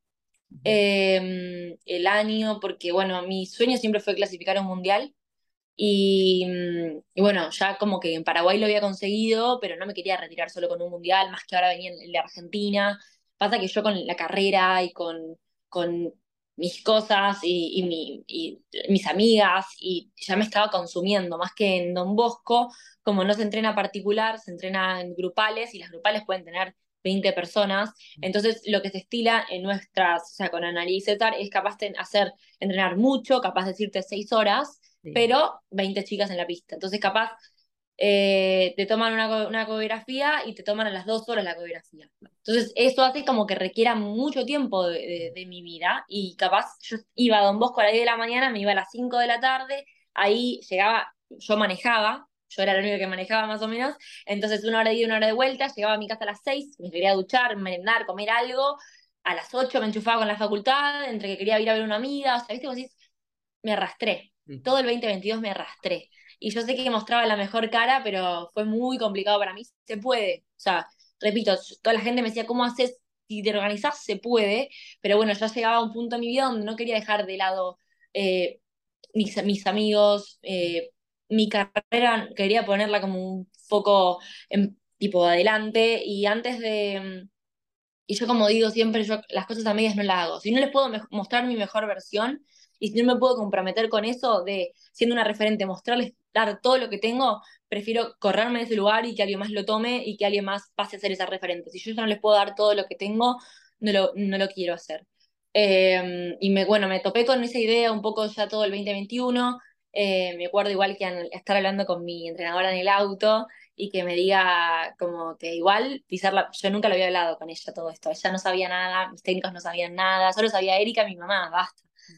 eh, el año, porque bueno, mi sueño siempre fue clasificar a un mundial, y, mm, y bueno, ya como que en Paraguay lo había conseguido, pero no me quería retirar solo con un mundial, más que ahora venía el de Argentina. Pasa que yo con la carrera y con, con mis cosas y, y, mi, y mis amigas, y ya me estaba consumiendo, más que en Don Bosco, como no se entrena particular, se entrena en grupales, y las grupales pueden tener veinte personas. Entonces, lo que se estila en nuestras, o sea, con Analí y César, es capaz de hacer, entrenar mucho, capaz de decirte seis horas,
Sí.
pero veinte chicas en la pista. Entonces, capaz eh, te toman una, co- una coreografía y te toman a las dos horas la coreografía. Entonces, eso hace como que requiera mucho tiempo de, de- de mi vida, y capaz yo iba a Don Bosco a las diez de la mañana, me iba a las cinco de la tarde, ahí llegaba, yo manejaba. Yo era la única que manejaba más o menos. Entonces, una hora de ida y una hora de vuelta. Llegaba a mi casa a las seis, me quería duchar, merendar, comer algo. A las ocho me enchufaba con la facultad, entre que quería ir a ver una amiga. O sea, ¿viste? Vos decís, me arrastré.
Sí.
Todo el veinte veintidós me arrastré. Y yo sé que mostraba la mejor cara, pero fue muy complicado para mí. Se puede. O sea, repito, toda la gente me decía, ¿cómo haces? Si te organizás, se puede. Pero bueno, ya llegaba a un punto en mi vida donde no quería dejar de lado eh, mis, mis amigos, eh, mi carrera quería ponerla como un foco en, tipo adelante y antes de... Y yo como digo siempre, yo las cosas a medias no las hago. Si no les puedo me- mostrar mi mejor versión y si no me puedo comprometer con eso de siendo una referente, mostrarles, dar todo lo que tengo, prefiero correrme de ese lugar y que alguien más lo tome y que alguien más pase a ser esa referente. Si yo ya no les puedo dar todo lo que tengo, no lo, no lo quiero hacer. Eh, y me, bueno, me topé con esa idea un poco ya todo el dos mil veintiuno. Eh, me acuerdo igual que an- estar hablando con mi entrenadora en el auto y que me diga como que igual pisarla, yo nunca lo había hablado con ella todo esto, ella no sabía nada, mis técnicos no sabían nada, solo sabía Erika, mi mamá, basta.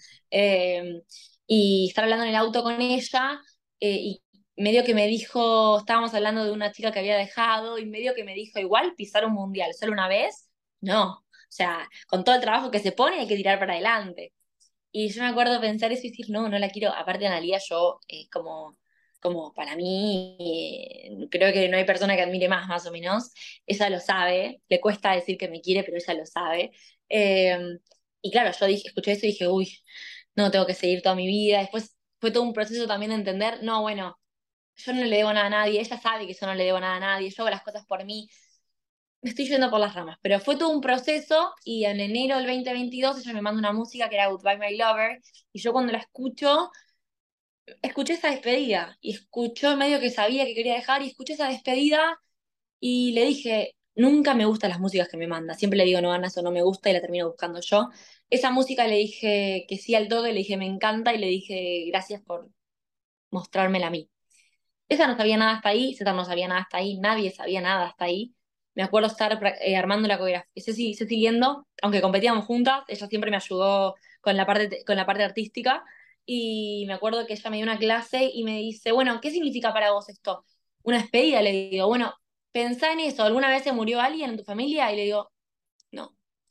Eh, y estar hablando en el auto con ella eh, y medio que me dijo, estábamos hablando de una chica que había dejado y medio que me dijo, igual pisar un mundial solo una vez, no, o sea, con todo el trabajo que se pone hay que tirar para adelante. Y yo me acuerdo pensar eso y decir, no, no la quiero. Aparte de Analía, yo, eh, como, como para mí, eh, creo que no hay persona que admire más, más o menos. Ella lo sabe, le cuesta decir que me quiere, pero ella lo sabe. Eh, y claro, yo dije, escuché eso y dije, uy, no, tengo que seguir toda mi vida. Después fue todo un proceso también de entender, no, bueno, yo no le debo nada a nadie, ella sabe que yo no le debo nada a nadie, yo hago las cosas por mí. Me estoy yendo por las ramas, pero fue todo un proceso y en enero del dos mil veintidós ella me manda una música que era Goodbye My Lover y yo cuando la escucho, escuché esa despedida y escuchó medio que sabía que quería dejar y escuché esa despedida y le dije, nunca me gustan las músicas que me manda, siempre le digo no, Ana, eso no me gusta y la termino buscando yo. Esa música le dije que sí al toque, le dije me encanta y le dije gracias por mostrármela a mí. Ella no sabía nada hasta ahí, César no sabía nada hasta ahí, nadie sabía nada hasta ahí. Me acuerdo estar eh, armando la coreografía, Ceci, Ceci siguiendo, aunque competíamos juntas, ella siempre me ayudó con la parte, con la parte artística. Y me acuerdo que ella me dio una clase y me dice, bueno, ¿qué significa para vos esto? Una despedida, le digo, bueno, pensá en eso, ¿alguna vez se murió alguien en tu familia? Y le digo, no.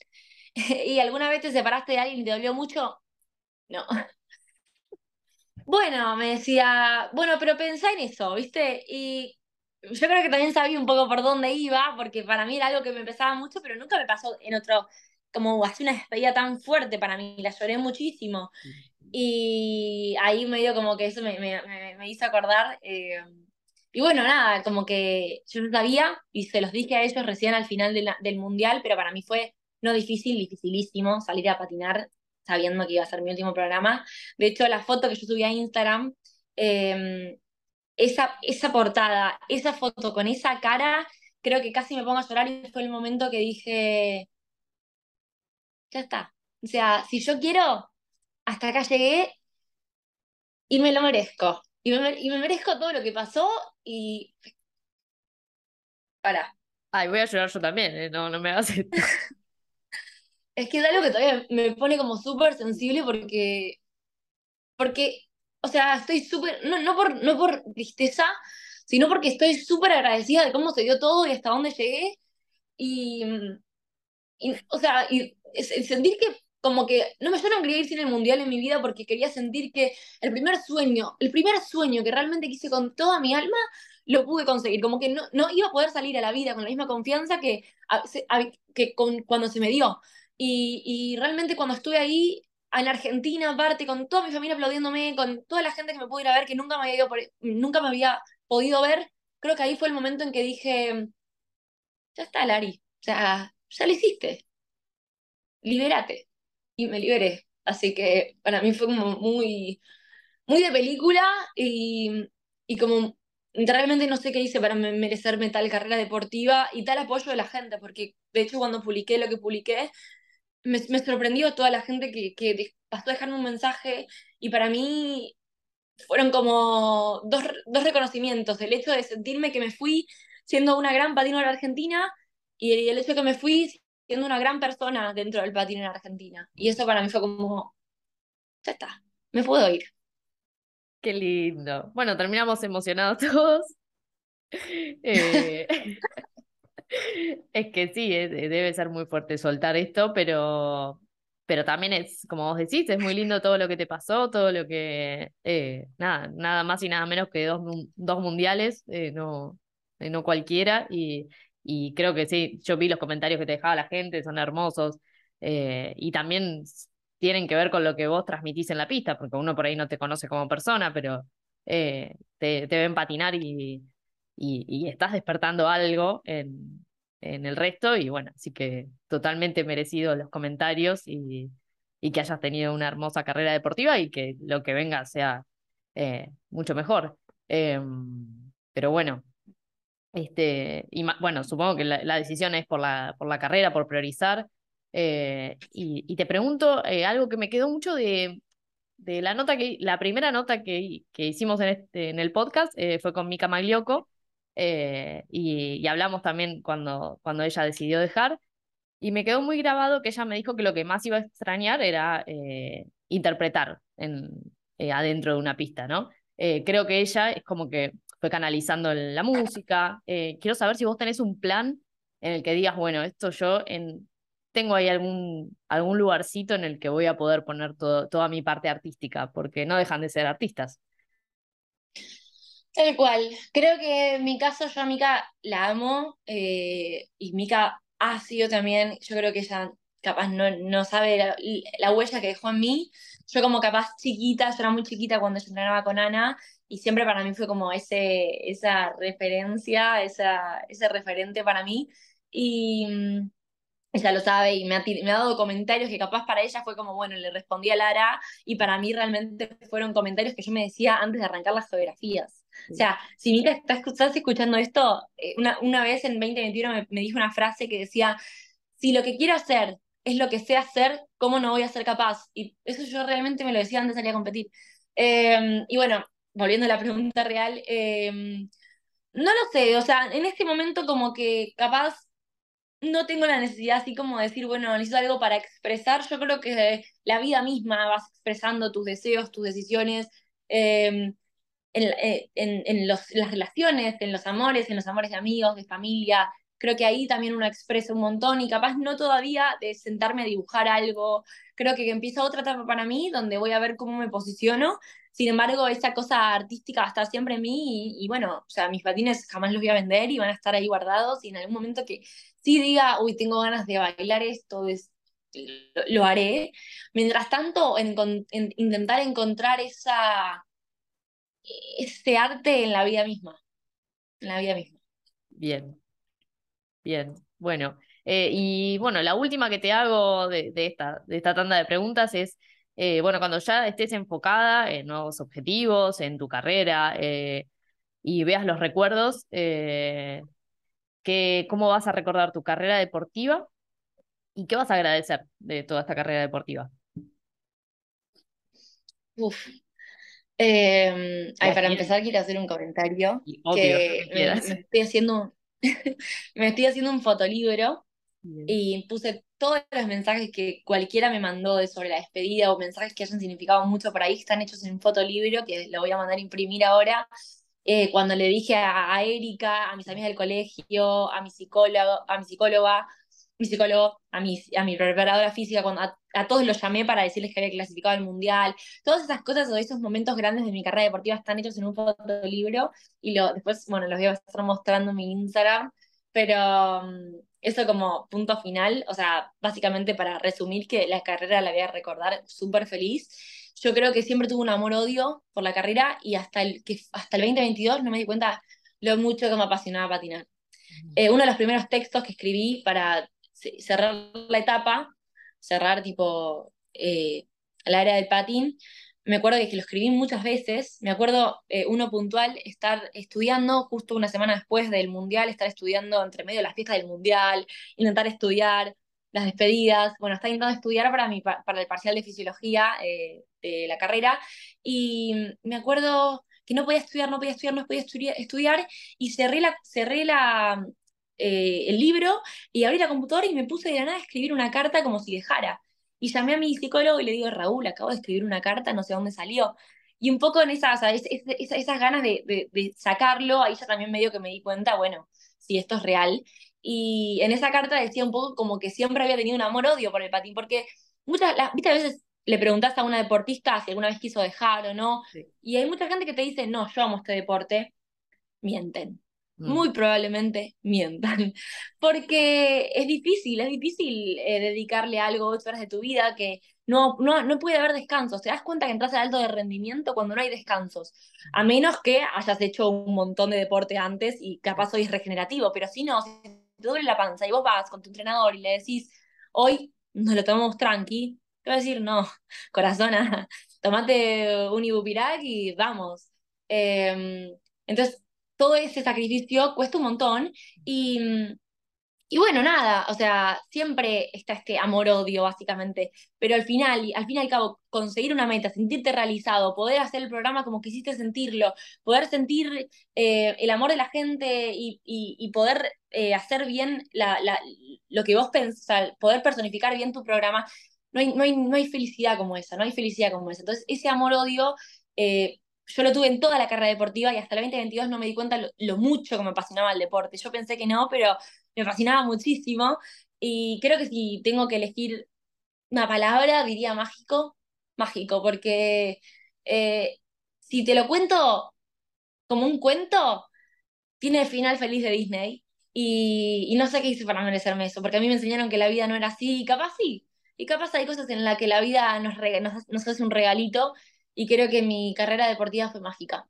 ¿Y alguna vez te separaste de alguien y te dolió mucho? No. Bueno, me decía, bueno, pero pensá en eso, ¿viste? Y yo creo que también sabía un poco por dónde iba, porque para mí era algo que me pesaba mucho, pero nunca me pasó en otro, como así una despedida tan fuerte para mí, la lloré muchísimo. Y ahí medio como que eso me, me, me- me hizo acordar. Eh, y bueno, nada, como que yo no sabía y se los dije a ellos recién al final de la- del mundial, pero para mí fue no difícil, dificilísimo salir a patinar sabiendo que iba a ser mi último programa. De hecho, la foto que yo subí a Instagram, eh, esa, esa portada, esa foto con esa cara, creo que casi me pongo a llorar y fue el momento que dije, ya está. O sea, si yo quiero, hasta acá llegué y me lo merezco. Y me, y me merezco todo lo que pasó y para.
Ay, voy a llorar yo también, eh, No, no me hagas esto.
Es que es algo que todavía me pone como súper sensible porque, porque, o sea, estoy súper, no, no por, no por tristeza, sino porque estoy súper agradecida de cómo se dio todo y hasta dónde llegué. Y, y, o sea, y es- el sentir que como que no me yo no quería ir sin el mundial en mi vida porque quería sentir que el primer sueño, el primer sueño que realmente quise con toda mi alma, lo pude conseguir. Como que no, no iba a poder salir a la vida con la misma confianza que, a- se- a- que con, cuando se me dio. Y, y realmente cuando estuve ahí en Argentina, aparte, con toda mi familia aplaudiéndome, con toda la gente que me pudo ir a ver, que nunca me había, ido por- nunca me había podido ver, creo que ahí fue el momento en que dije, ya está, Lari, o sea, ya lo hiciste, libérate. Y me liberé. Así que para mí fue como muy, muy de película y, y como realmente no sé qué hice para me- merecerme tal carrera deportiva y tal apoyo de la gente, porque de hecho cuando publiqué lo que publiqué, me, me sorprendió toda la gente que, que de- pasó a dejarme un mensaje y para mí fueron como dos, dos reconocimientos, el hecho de sentirme que me fui siendo una gran patina en Argentina y el hecho de que me fui siendo una gran persona dentro del patín en Argentina. Y eso para mí fue como, ya está, me puedo ir.
Qué lindo. Bueno, terminamos emocionados todos. Eh, es que sí, es- debe ser muy fuerte soltar esto, pero, pero también es, como vos decís, es muy lindo todo lo que te pasó, todo lo que, eh, nada, nada más y nada menos que dos, mun- dos mundiales, eh, no, eh, no cualquiera, y, y creo que sí, yo vi los comentarios que te dejaba la gente, son hermosos, eh, y también tienen que ver con lo que vos transmitís en la pista, porque uno por ahí no te conoce como persona, pero eh, te, te ven patinar y, y, y estás despertando algo en, en el resto, y bueno, así que totalmente merecido los comentarios y, y que hayas tenido una hermosa carrera deportiva y que lo que venga sea eh, mucho mejor. Em, pero bueno. Este, y ma- bueno, supongo que la, la decisión es por la, por la carrera, por priorizar. Eh, y, y te pregunto eh, algo que me quedó mucho de, de la nota que, la primera nota que, que hicimos en, este, en el podcast eh, fue con Mika Magliocco, eh, y, y hablamos también cuando, cuando ella decidió dejar. Y me quedó muy grabado que ella me dijo que lo que más iba a extrañar era eh, interpretar en, eh, adentro de una pista, ¿no? Eh, creo que ella es como que fue canalizando en la música. Eh, quiero saber si vos tenés un plan en el que digas, bueno, esto yo en, tengo ahí algún, algún lugarcito en el que voy a poder poner todo, toda mi parte artística, porque no dejan de ser artistas.
Tal cual. Creo que en mi caso yo a Mika la amo, eh, y Mika ha sido también, yo creo que ella capaz no, no sabe la, la huella que dejó en mí. Yo como capaz chiquita, yo era muy chiquita cuando yo entrenaba con Ana y siempre para mí fue como ese, esa referencia, esa, ese referente para mí. Y, mm, ella lo sabe y me ha, tir- me ha dado comentarios que capaz para ella fue como, bueno, le respondí a Lara y para mí realmente fueron comentarios que yo me decía antes de arrancar las geografías. O sea, si Mika está, escu- estás escuchando esto, eh, una, una vez en dos mil veintiuno me, me dijo una frase que decía, si lo que quiero hacer es lo que sé hacer, ¿cómo no voy a ser capaz? Y eso yo realmente me lo decía antes de salir a competir. Eh, y bueno, volviendo a la pregunta real, eh, no lo sé, o sea, en este momento como que capaz no tengo la necesidad así como de decir, bueno, necesito algo para expresar. Yo creo que la vida misma vas expresando tus deseos, tus decisiones, eh, en, eh, en, en los, las relaciones, en los amores, en los amores de amigos, de familia. Creo que ahí también uno expresa un montón y capaz no todavía de sentarme a dibujar algo. Creo que empieza otra etapa para mí donde voy a ver cómo me posiciono. Sin embargo, esa cosa artística va a estar siempre en mí y, y bueno, o sea, mis patines jamás los voy a vender y van a estar ahí guardados y en algún momento que sí diga, uy, tengo ganas de bailar esto, es- lo, lo haré. Mientras tanto, en, en intentar encontrar esa, ese arte en la vida misma, en la vida misma.
Bien, bien. Bueno, eh, y bueno, la última que te hago de, de esta, de esta tanda de preguntas es, eh, bueno, cuando ya estés enfocada en nuevos objetivos, en tu carrera, eh, y veas los recuerdos, eh, que, ¿cómo vas a recordar tu carrera deportiva y qué vas a agradecer de toda esta carrera deportiva?
Uf. Eh, ay,
Las
para
tienes,
empezar quiero hacer un comentario
y obvio, lo
que
que
me,
quieras.
me estoy haciendo, me estoy haciendo un fotolibro
Bien.
y puse todos los mensajes que cualquiera me mandó de sobre la despedida o mensajes que hayan significado mucho para ahí, están hechos en un fotolibro que lo voy a mandar a imprimir ahora. Eh, cuando le dije a, a Erika, a mis amigas del colegio, a mi psicólogo, a mi psicóloga, mi psicólogo, a mi, a mi preparadora física, cuando a, a todos los llamé para decirles que había clasificado al mundial. Todas esas cosas o esos momentos grandes de mi carrera deportiva están hechos en un fotolibro y lo, después, bueno, los voy a estar mostrando en mi Instagram, pero um, eso como punto final, o sea, básicamente para resumir que la carrera la voy a recordar súper feliz. Yo creo que siempre tuve un amor-odio por la carrera y hasta el, que, hasta el dos mil veintidós no me di cuenta lo mucho que me apasionaba patinar. Eh, uno de los primeros textos que escribí para ce- cerrar la etapa, cerrar tipo eh, la era del patín, me acuerdo que, que lo escribí muchas veces, me acuerdo eh, uno puntual, estar estudiando justo una semana después del Mundial, estar estudiando entre medio de las fiestas del Mundial, intentar estudiar las despedidas, bueno, estaba intentando estudiar para, mi, pa- para el parcial de fisiología eh, de la carrera, y me acuerdo que no podía estudiar, no podía estudiar, no podía estudiar, estudiar y cerré la, cerré la, eh, el libro y abrí la computadora y me puse de la nada a escribir una carta como si dejara. Y llamé a mi psicólogo y le digo, Raúl, acabo de escribir una carta, no sé dónde salió. Y un poco en esas, o sea, es- es- es- esas ganas de, de- de sacarlo, ahí ya también medio que me di cuenta, bueno, si esto es real. Y en esa carta decía un poco como que siempre había tenido un amor-odio por el patín, porque muchas, las, viste, a veces le preguntás a una deportista si alguna vez quiso dejar o no,
Sí.
y hay mucha gente que te dice, no, yo amo este deporte, mienten.
Mm.
muy probablemente mientan. Porque es difícil, es difícil eh, dedicarle algo ocho horas de tu vida que no, no, no puede haber descansos. Te das cuenta que entras al alto de rendimiento cuando no hay descansos. A menos que hayas hecho un montón de deporte antes y capaz hoy es regenerativo, pero si no, si te duele la panza y vos vas con tu entrenador y le decís, hoy nos lo tomamos tranqui, te va a decir, no, corazona, tomate un ibupirac y vamos. Eh, entonces, todo ese sacrificio cuesta un montón y, y bueno, nada, o sea, siempre está este amor-odio básicamente, pero al final, al fin y al cabo, conseguir una meta, sentirte realizado, poder hacer el programa como quisiste sentirlo, poder sentir eh, el amor de la gente y, y, y poder eh, hacer bien la, la, lo que vos pensás, poder personificar bien tu programa, no hay, no hay, no hay felicidad como esa, no hay felicidad como esa. Entonces, ese amor-odio... Eh, yo lo tuve en toda la carrera deportiva y hasta el dos mil veintidós no me di cuenta lo, lo mucho que me apasionaba el deporte. Yo pensé que no, pero me fascinaba muchísimo. Y creo que si tengo que elegir una palabra, diría mágico, mágico, porque eh, si te lo cuento como un cuento, tiene el final feliz de Disney. Y, y no sé qué hice para merecerme eso, porque a mí me enseñaron que la vida no era así, y capaz sí. Y capaz hay cosas en las que la vida nos, rega- nos, nos hace un regalito, y creo que mi carrera deportiva fue mágica.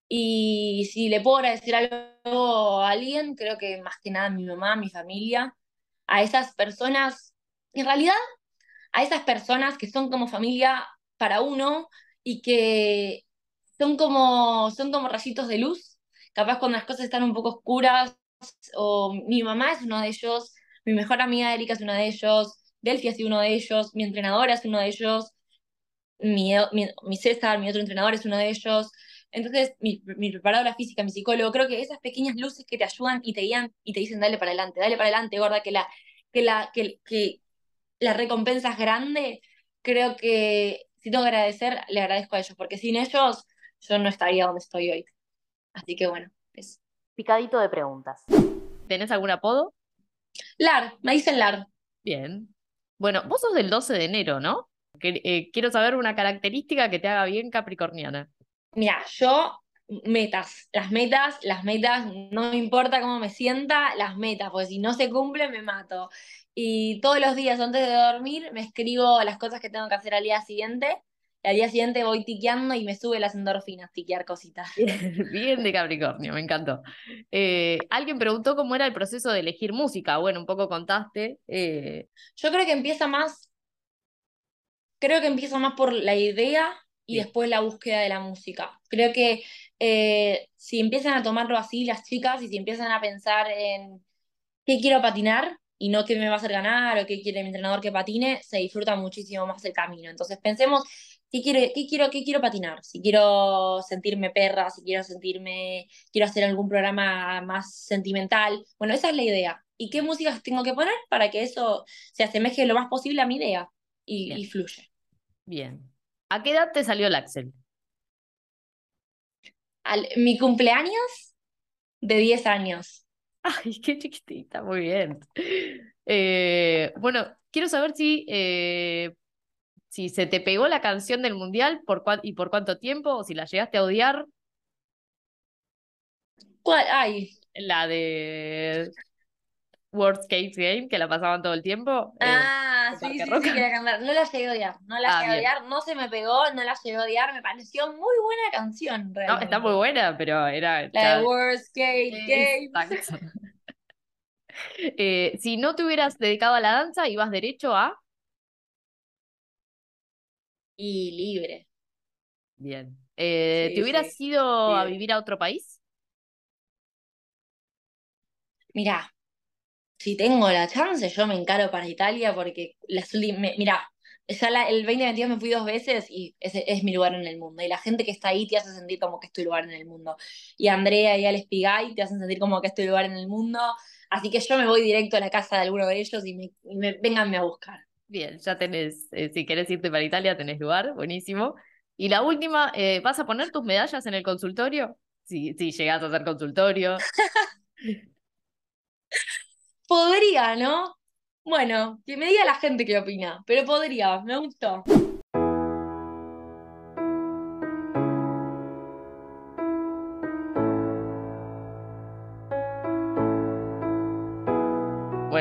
Y si le puedo agradecer algo a alguien, creo que más que nada a mi mamá, a mi familia, a esas personas, en realidad a esas personas que son como familia para uno y que son como, son como rayitos de luz, capaz cuando las cosas están un poco oscuras, o mi mamá es uno de ellos, mi mejor amiga Erika es uno de ellos, Delphi es uno de ellos, mi entrenadora es uno de ellos, mi, mi, mi César, mi otro entrenador, es uno de ellos. Entonces, mi, mi preparadora física, mi psicólogo, creo que esas pequeñas luces que te ayudan y te guían y te dicen, dale para adelante, dale para adelante, gorda, que la, que la, que, que la recompensa es grande, creo que si tengo que agradecer, le agradezco a ellos, porque sin ellos yo no estaría donde estoy hoy. Así que bueno, eso.
Picadito de preguntas. ¿Tenés algún apodo?
Lar, me dicen Lar.
Bien. Bueno, vos sos del doce de enero, ¿no? Que- eh, quiero saber una característica que te haga bien capricorniana.
Mira, yo, metas, las metas, las metas, no me importa cómo me sienta, las metas, porque si no se cumplen me mato. Y todos los días antes de dormir me escribo las cosas que tengo que hacer al día siguiente. Y al día siguiente voy tiqueando y me sube las endorfinas, tiquear cositas.
Bien, bien de Capricornio, me encantó. Eh, alguien preguntó cómo era el proceso de elegir música. Bueno, un poco contaste. eh,
Yo creo que empieza más, creo que empieza más por la idea y
sí,
después la búsqueda de la música. Creo que eh, si empiezan a tomarlo así las chicas y si empiezan a pensar en qué quiero patinar y no qué me va a hacer ganar o qué quiere mi entrenador que patine, se disfruta muchísimo más el camino. Entonces pensemos, ¿qué quiero, qué quiero, qué quiero patinar? Si quiero sentirme perra, si quiero sentirme, quiero hacer algún programa más sentimental. Bueno, esa es la idea. ¿Y qué músicas tengo que poner para que eso se asemeje lo más posible a mi idea y, y
bien,
fluya?
bien. ¿A qué edad te salió el Axel?
Al, mi cumpleaños de diez años.
Ay, qué chiquitita, muy bien. Eh, bueno, quiero saber si, eh, si se te pegó la canción del mundial por cuán- y por cuánto tiempo, o si la llegaste a odiar,
¿Cuál? Ay,
la de World Skate Game, que la pasaban todo el tiempo, eh,
ah,
en
sí,
Parque
sí, sí,
Roca.
quería cantar. No la llegué a odiar, no la
Ah,
llegué a
bien.
odiar, no se me pegó, no la llegué a odiar, me pareció muy buena canción
No, está muy
realmente.
buena, pero era
La de
ya.
World Skate Games.
Exacto. Eh, si no te hubieras dedicado a la danza, ibas derecho a.
Y libre,
Bien. Eh, ¿te
sí,
hubieras
sí,
ido a
libre.
vivir a otro país?
Mirá, si tengo la chance, yo me encaro para Italia porque las últimas, mirá, ya la- el dos mil veintidós me fui dos veces y ese es mi lugar en el mundo. Y la gente que está ahí te hace sentir como que es tu lugar en el mundo. Y Andrea y Alex Pigay te hacen sentir como que es tu lugar en el mundo. Así que yo me voy directo a la casa de alguno de ellos y me, y me vénganme a buscar.
Bien, ya tenés, eh, si querés irte para Italia, tenés lugar, buenísimo. Y la última, eh, ¿vas a poner tus medallas en el consultorio? Si, si llegás a hacer consultorio.
Podría, ¿no? Bueno, que me diga la gente qué opina, pero podría, me gustó.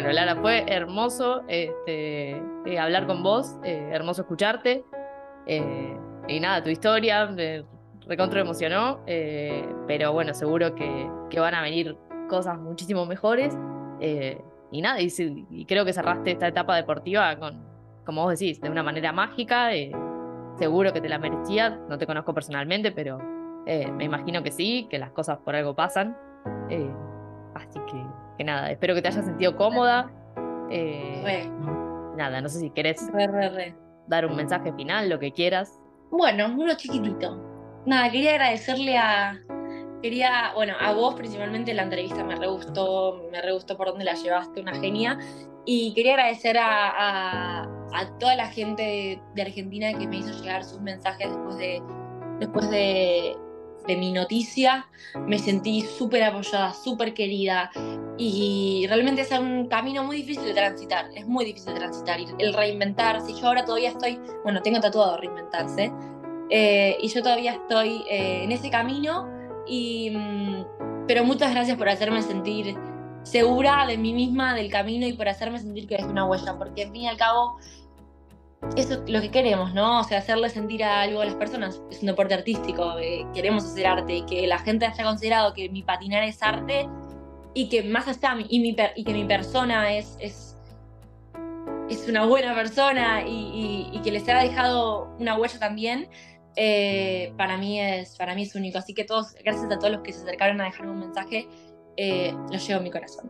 bueno, Lara, fue hermoso este, eh, hablar con vos, eh, hermoso escucharte. Eh, y nada, tu historia me recontra emocionó, eh, pero bueno, seguro que, que van a venir cosas muchísimo mejores. eh, y nada, y, si- y creo que cerraste esta etapa deportiva con, como vos decís, de una manera mágica. eh, seguro que te la merecías, no te conozco personalmente, pero eh, me imagino que sí, que las cosas por algo pasan. eh, así que, que nada, espero que te hayas sentido cómoda. eh,
Re,
nada, no sé si querés
re, re, re.
dar un mensaje final, lo que quieras.
Bueno, uno chiquitito. Nada, quería agradecerle a, quería, bueno, a vos principalmente la entrevista me re gustó, me re gustó por dónde la llevaste, una genia. Y quería agradecer a, a, a toda la gente de, de Argentina que me hizo llegar sus mensajes después de, después de, de mi noticia. Me sentí súper apoyada, súper querida. Y realmente es un camino muy difícil de transitar, es muy difícil de transitar. Y el reinventarse, y yo ahora todavía estoy, bueno, tengo tatuado reinventarse, eh, y yo todavía estoy eh, en ese camino, y, mm, pero muchas gracias por hacerme sentir segura de mí misma, del camino, y por hacerme sentir que dejé una huella, porque al fin y al cabo eso es lo que queremos, ¿no? O sea, hacerle sentir a algo a las personas. Es un deporte artístico, eh, queremos hacer arte, y que la gente haya considerado que mi patinar es arte, y que más allá, y, mi per, y que mi persona es, es, es una buena persona, y, y, y que les haya dejado una huella también, eh, para, mí es, para mí es único. Así que todos, gracias a todos los que se acercaron a dejarme un mensaje, eh, lo llevo en mi corazón.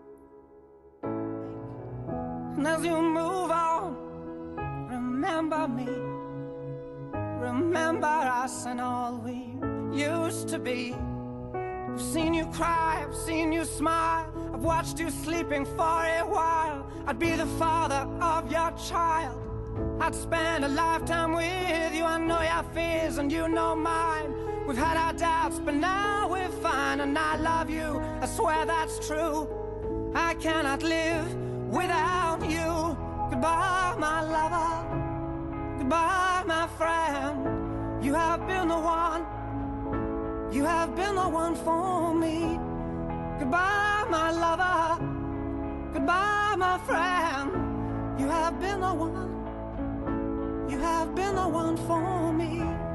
As you move on, remember me, remember us and all we used to be. I've seen you cry, I've seen you smile, I've watched you sleeping for a while. I'd be the father of your child, I'd spend a lifetime with you. I know your fears and you know mine. We've had our doubts but now we're fine. And I love you, I swear that's true. I cannot live without you. Goodbye my lover, goodbye my friend. You have been the one, you have been the one for me. Goodbye my lover, goodbye my friend. You have been the one, you have been the one for me.